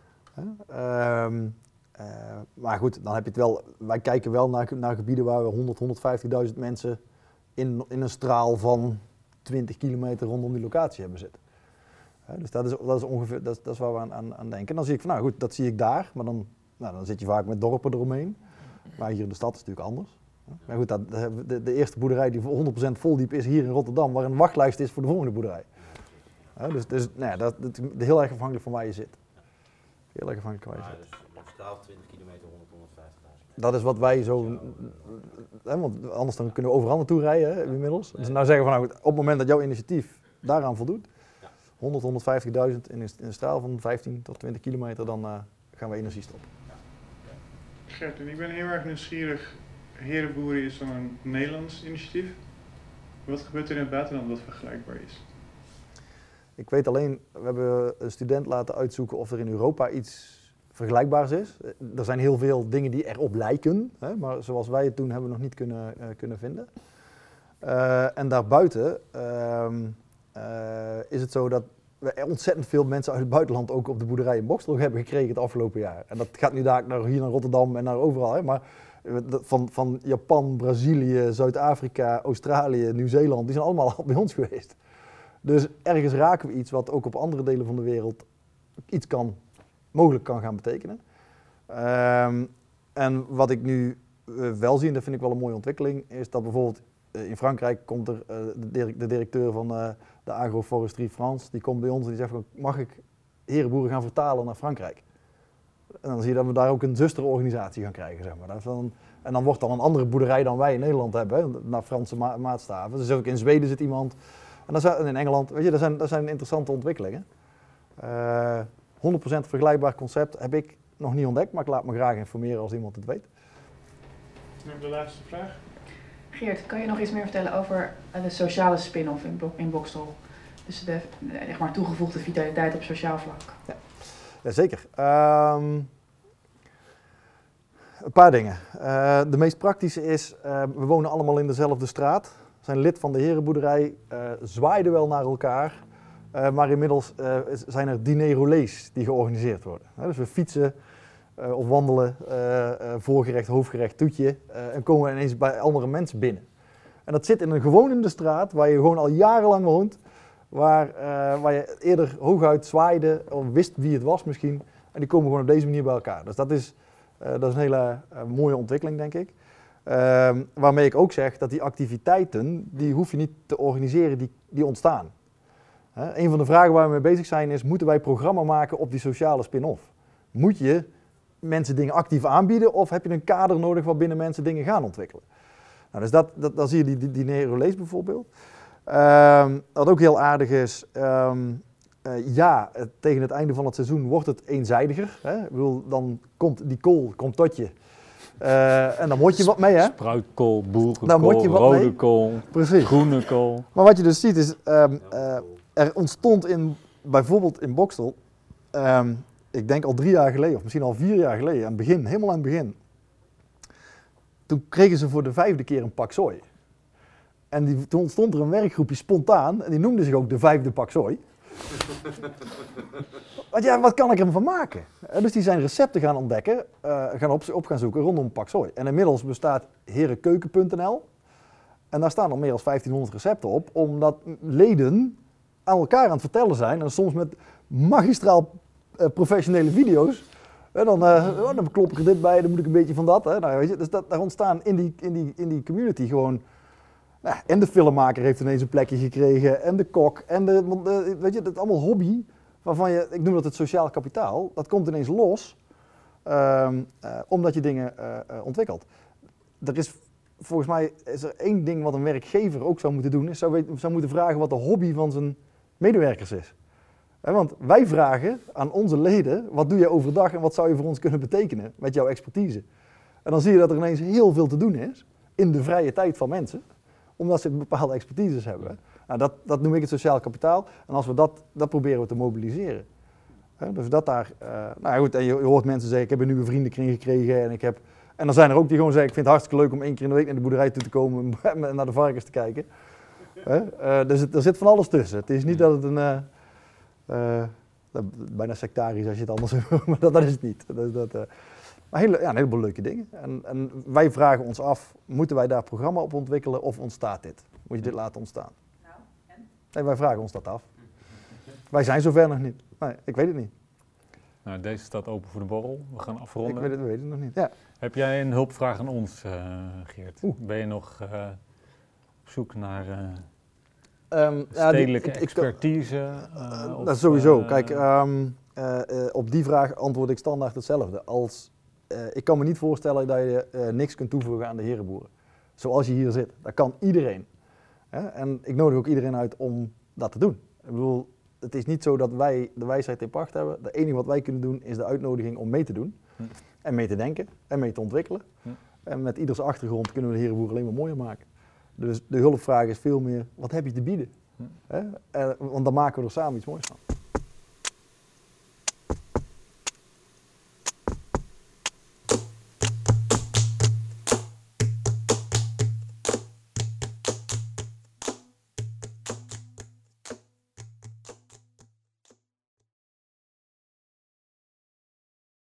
Ja. Um, uh, maar goed, dan heb je het wel, wij kijken wel naar, naar gebieden waar we honderd, honderdvijftigduizend mensen in, in een straal van twintig kilometer rondom die locatie hebben zitten. Ja, dus dat is, dat is ongeveer, dat is, dat is waar we aan, aan, aan denken. En dan zie ik van, nou goed, dat zie ik daar, maar dan, nou, dan zit je vaak met dorpen eromheen. Maar hier in de stad is het natuurlijk anders. Maar goed, dat, de, de eerste boerderij die voor honderd procent voldiep is hier in Rotterdam, waar een wachtlijst is voor de volgende boerderij. Ja, dus dus nou ja, dat, dat is heel erg afhankelijk van waar je zit. Heel erg afhankelijk van waar je ja, zit. Dus op straal twintig kilometer, honderd, honderdvijftigduizend. Dat is wat wij zo, hè, want anders dan kunnen we overal naartoe rijden hè, inmiddels. Dus nou zeggen we nou, op het moment dat jouw initiatief daaraan voldoet, honderd, honderdvijftigduizend in een straal van vijftien tot twintig kilometer, dan uh, gaan we energie stoppen. Gert, en ik ben heel erg nieuwsgierig. Herenboeren is dan een Nederlands initiatief. Wat gebeurt er in het buitenland wat vergelijkbaar is? Ik weet alleen, we hebben een student laten uitzoeken of er in Europa iets vergelijkbaars is. Er zijn heel veel dingen die erop lijken, hè, maar zoals wij het doen hebben we nog niet kunnen, uh, kunnen vinden. Uh, en daarbuiten uh, uh, is het zo dat we ontzettend veel mensen uit het buitenland ook op de boerderij in Boxtel hebben gekregen het afgelopen jaar. En dat gaat nu daar naar, hier naar Rotterdam en naar overal, hè, maar Van, van Japan, Brazilië, Zuid-Afrika, Australië, Nieuw-Zeeland, die zijn allemaal al bij ons geweest. Dus ergens raken we iets wat ook op andere delen van de wereld iets kan, mogelijk kan gaan betekenen. Um, en wat ik nu uh, wel zie, en dat vind ik wel een mooie ontwikkeling, is dat bijvoorbeeld uh, in Frankrijk komt er uh, de, direct, de directeur van uh, de Agroforesterie France, die komt bij ons en die zegt van, mag ik herenboeren gaan vertalen naar Frankrijk? En dan zie je dat we daar ook een zusterorganisatie gaan krijgen, zeg maar. Dan, en dan wordt dan een andere boerderij dan wij in Nederland hebben, hè, naar Franse ma maatstaven. Dus ook in Zweden zit iemand, en, dan, en in Engeland, weet je, dat zijn, dat zijn interessante ontwikkelingen. Uh, honderd procent vergelijkbaar concept heb ik nog niet ontdekt, maar ik laat me graag informeren als iemand het weet. Nog de laatste vraag. Geert, kan je nog iets meer vertellen over de sociale spin-off in, in Boxtel? Dus de, de echt maar toegevoegde vitaliteit op sociaal vlak. Ja. Jazeker. Um, een paar dingen. Uh, de meest praktische is, uh, we wonen allemaal in dezelfde straat. We zijn lid van de herenboerderij, uh, zwaaiden wel naar elkaar. Uh, maar inmiddels uh, zijn er diner-roulés die georganiseerd worden. Uh, dus we fietsen uh, of wandelen, uh, uh, voorgerecht, hoofdgerecht, toetje. Uh, en komen we ineens bij andere mensen binnen. En dat zit in een gewonende straat waar je gewoon al jarenlang woont. Waar, uh, waar je eerder hooguit zwaaide of wist wie het was misschien. En die komen gewoon op deze manier bij elkaar. Dus dat is, uh, dat is een hele uh, mooie ontwikkeling, denk ik. Uh, waarmee ik ook zeg dat die activiteiten, die hoef je niet te organiseren, die, die ontstaan. Uh, een van de vragen waar we mee bezig zijn is, moeten wij programma maken op die sociale spin-off? Moet je mensen dingen actief aanbieden of heb je een kader nodig waarbinnen mensen dingen gaan ontwikkelen? Nou, dus dat, dat, dan zie je die, die, die Nero Lees bijvoorbeeld. Um, wat ook heel aardig is, um, uh, ja, het, tegen het einde van het seizoen wordt het eenzijdiger. Hè? Ik bedoel, dan komt die kool komt tot je. Uh, en dan moet je wat mee, hè? Spruitkool, boerenkool, dan moet je wat rode mee. kool, Precies. groene kool. Maar wat je dus ziet is, um, uh, er ontstond in, bijvoorbeeld in Boxtel, um, ik denk al drie jaar geleden, of misschien al vier jaar geleden, aan het begin, helemaal aan het begin. Toen kregen ze voor de vijfde keer een pak zooi. En die, toen ontstond er een werkgroepje spontaan, en die noemde zich ook de vijfde pak zooi. Want ja, wat kan ik er van maken? En dus die zijn recepten gaan ontdekken, uh, gaan op, op gaan zoeken rondom pak zooi. En inmiddels bestaat herenkeuken punt n l. En daar staan al meer dan vijftienhonderd recepten op, omdat leden aan elkaar aan het vertellen zijn. En soms met magistraal uh, professionele video's. En dan, uh, oh, dan klop ik er dit bij, dan moet ik een beetje van dat. Hè. Nou, weet je, dus dat, daar ontstaan in die, in, die, in die community gewoon... Nou, en de filmmaker heeft ineens een plekje gekregen. En de kok. En de, de, weet je, dat is allemaal hobby. Waarvan je, ik noem dat het sociaal kapitaal. Dat komt ineens los. Um, uh, omdat je dingen uh, uh, ontwikkelt. Er is... Volgens mij is er één ding wat een werkgever ook zou moeten doen, is zou, weten, zou moeten vragen wat de hobby van zijn medewerkers is. He, want wij vragen aan onze leden, wat doe je overdag en wat zou je voor ons kunnen betekenen met jouw expertise. En dan zie je dat er ineens heel veel te doen is in de vrije tijd van mensen, omdat ze bepaalde expertises hebben. Nou, dat, dat noem ik het sociaal kapitaal en als we dat, dat proberen we te mobiliseren. He, dus dat daar, uh, nou goed, en je, je hoort mensen zeggen, ik heb een nieuwe vriendenkring gekregen en ik heb... En dan zijn er ook die gewoon zeggen, ik vind het hartstikke leuk om één keer in de week naar de boerderij toe te komen en naar de varkens te kijken. Uh, uh, dus het, er zit van alles tussen. Het is niet dat het een, uh, uh, bijna sectarisch als je het anders wil, maar dat, dat is het niet. Dat, dat, uh, maar hele, ja, een heleboel leuke dingen. En, en wij vragen ons af, moeten wij daar programma op ontwikkelen of ontstaat dit? Moet je dit laten ontstaan? Nou, en? Nee, wij vragen ons dat af. Wij zijn zover nog niet. Nee, ik weet het niet. Nou, deze staat open voor de borrel. We gaan afronden. Ik weet het, we weten het nog niet. Ja. Heb jij een hulpvraag aan ons, uh, Geert? Oeh. Ben je nog uh, op zoek naar uh, um, stedelijke ja, die, ik, expertise? Uh, uh, dat of, sowieso. Uh, Kijk, um, uh, uh, op die vraag antwoord ik standaard hetzelfde. Als, uh, ik kan me niet voorstellen dat je uh, niks kunt toevoegen aan de herenboeren. Zoals je hier zit. Dat kan iedereen. Hè? En ik nodig ook iedereen uit om dat te doen. Ik bedoel, het is niet zo dat wij de wijsheid in pacht hebben. Het enige wat wij kunnen doen is de uitnodiging om mee te doen. Hm. En mee te denken en mee te ontwikkelen. Hm. En met ieders achtergrond kunnen we de herenboer alleen maar mooier maken. Dus de hulpvraag is veel meer, wat heb je te bieden? Hm. Hè? Eh, want dan maken we er samen iets moois van.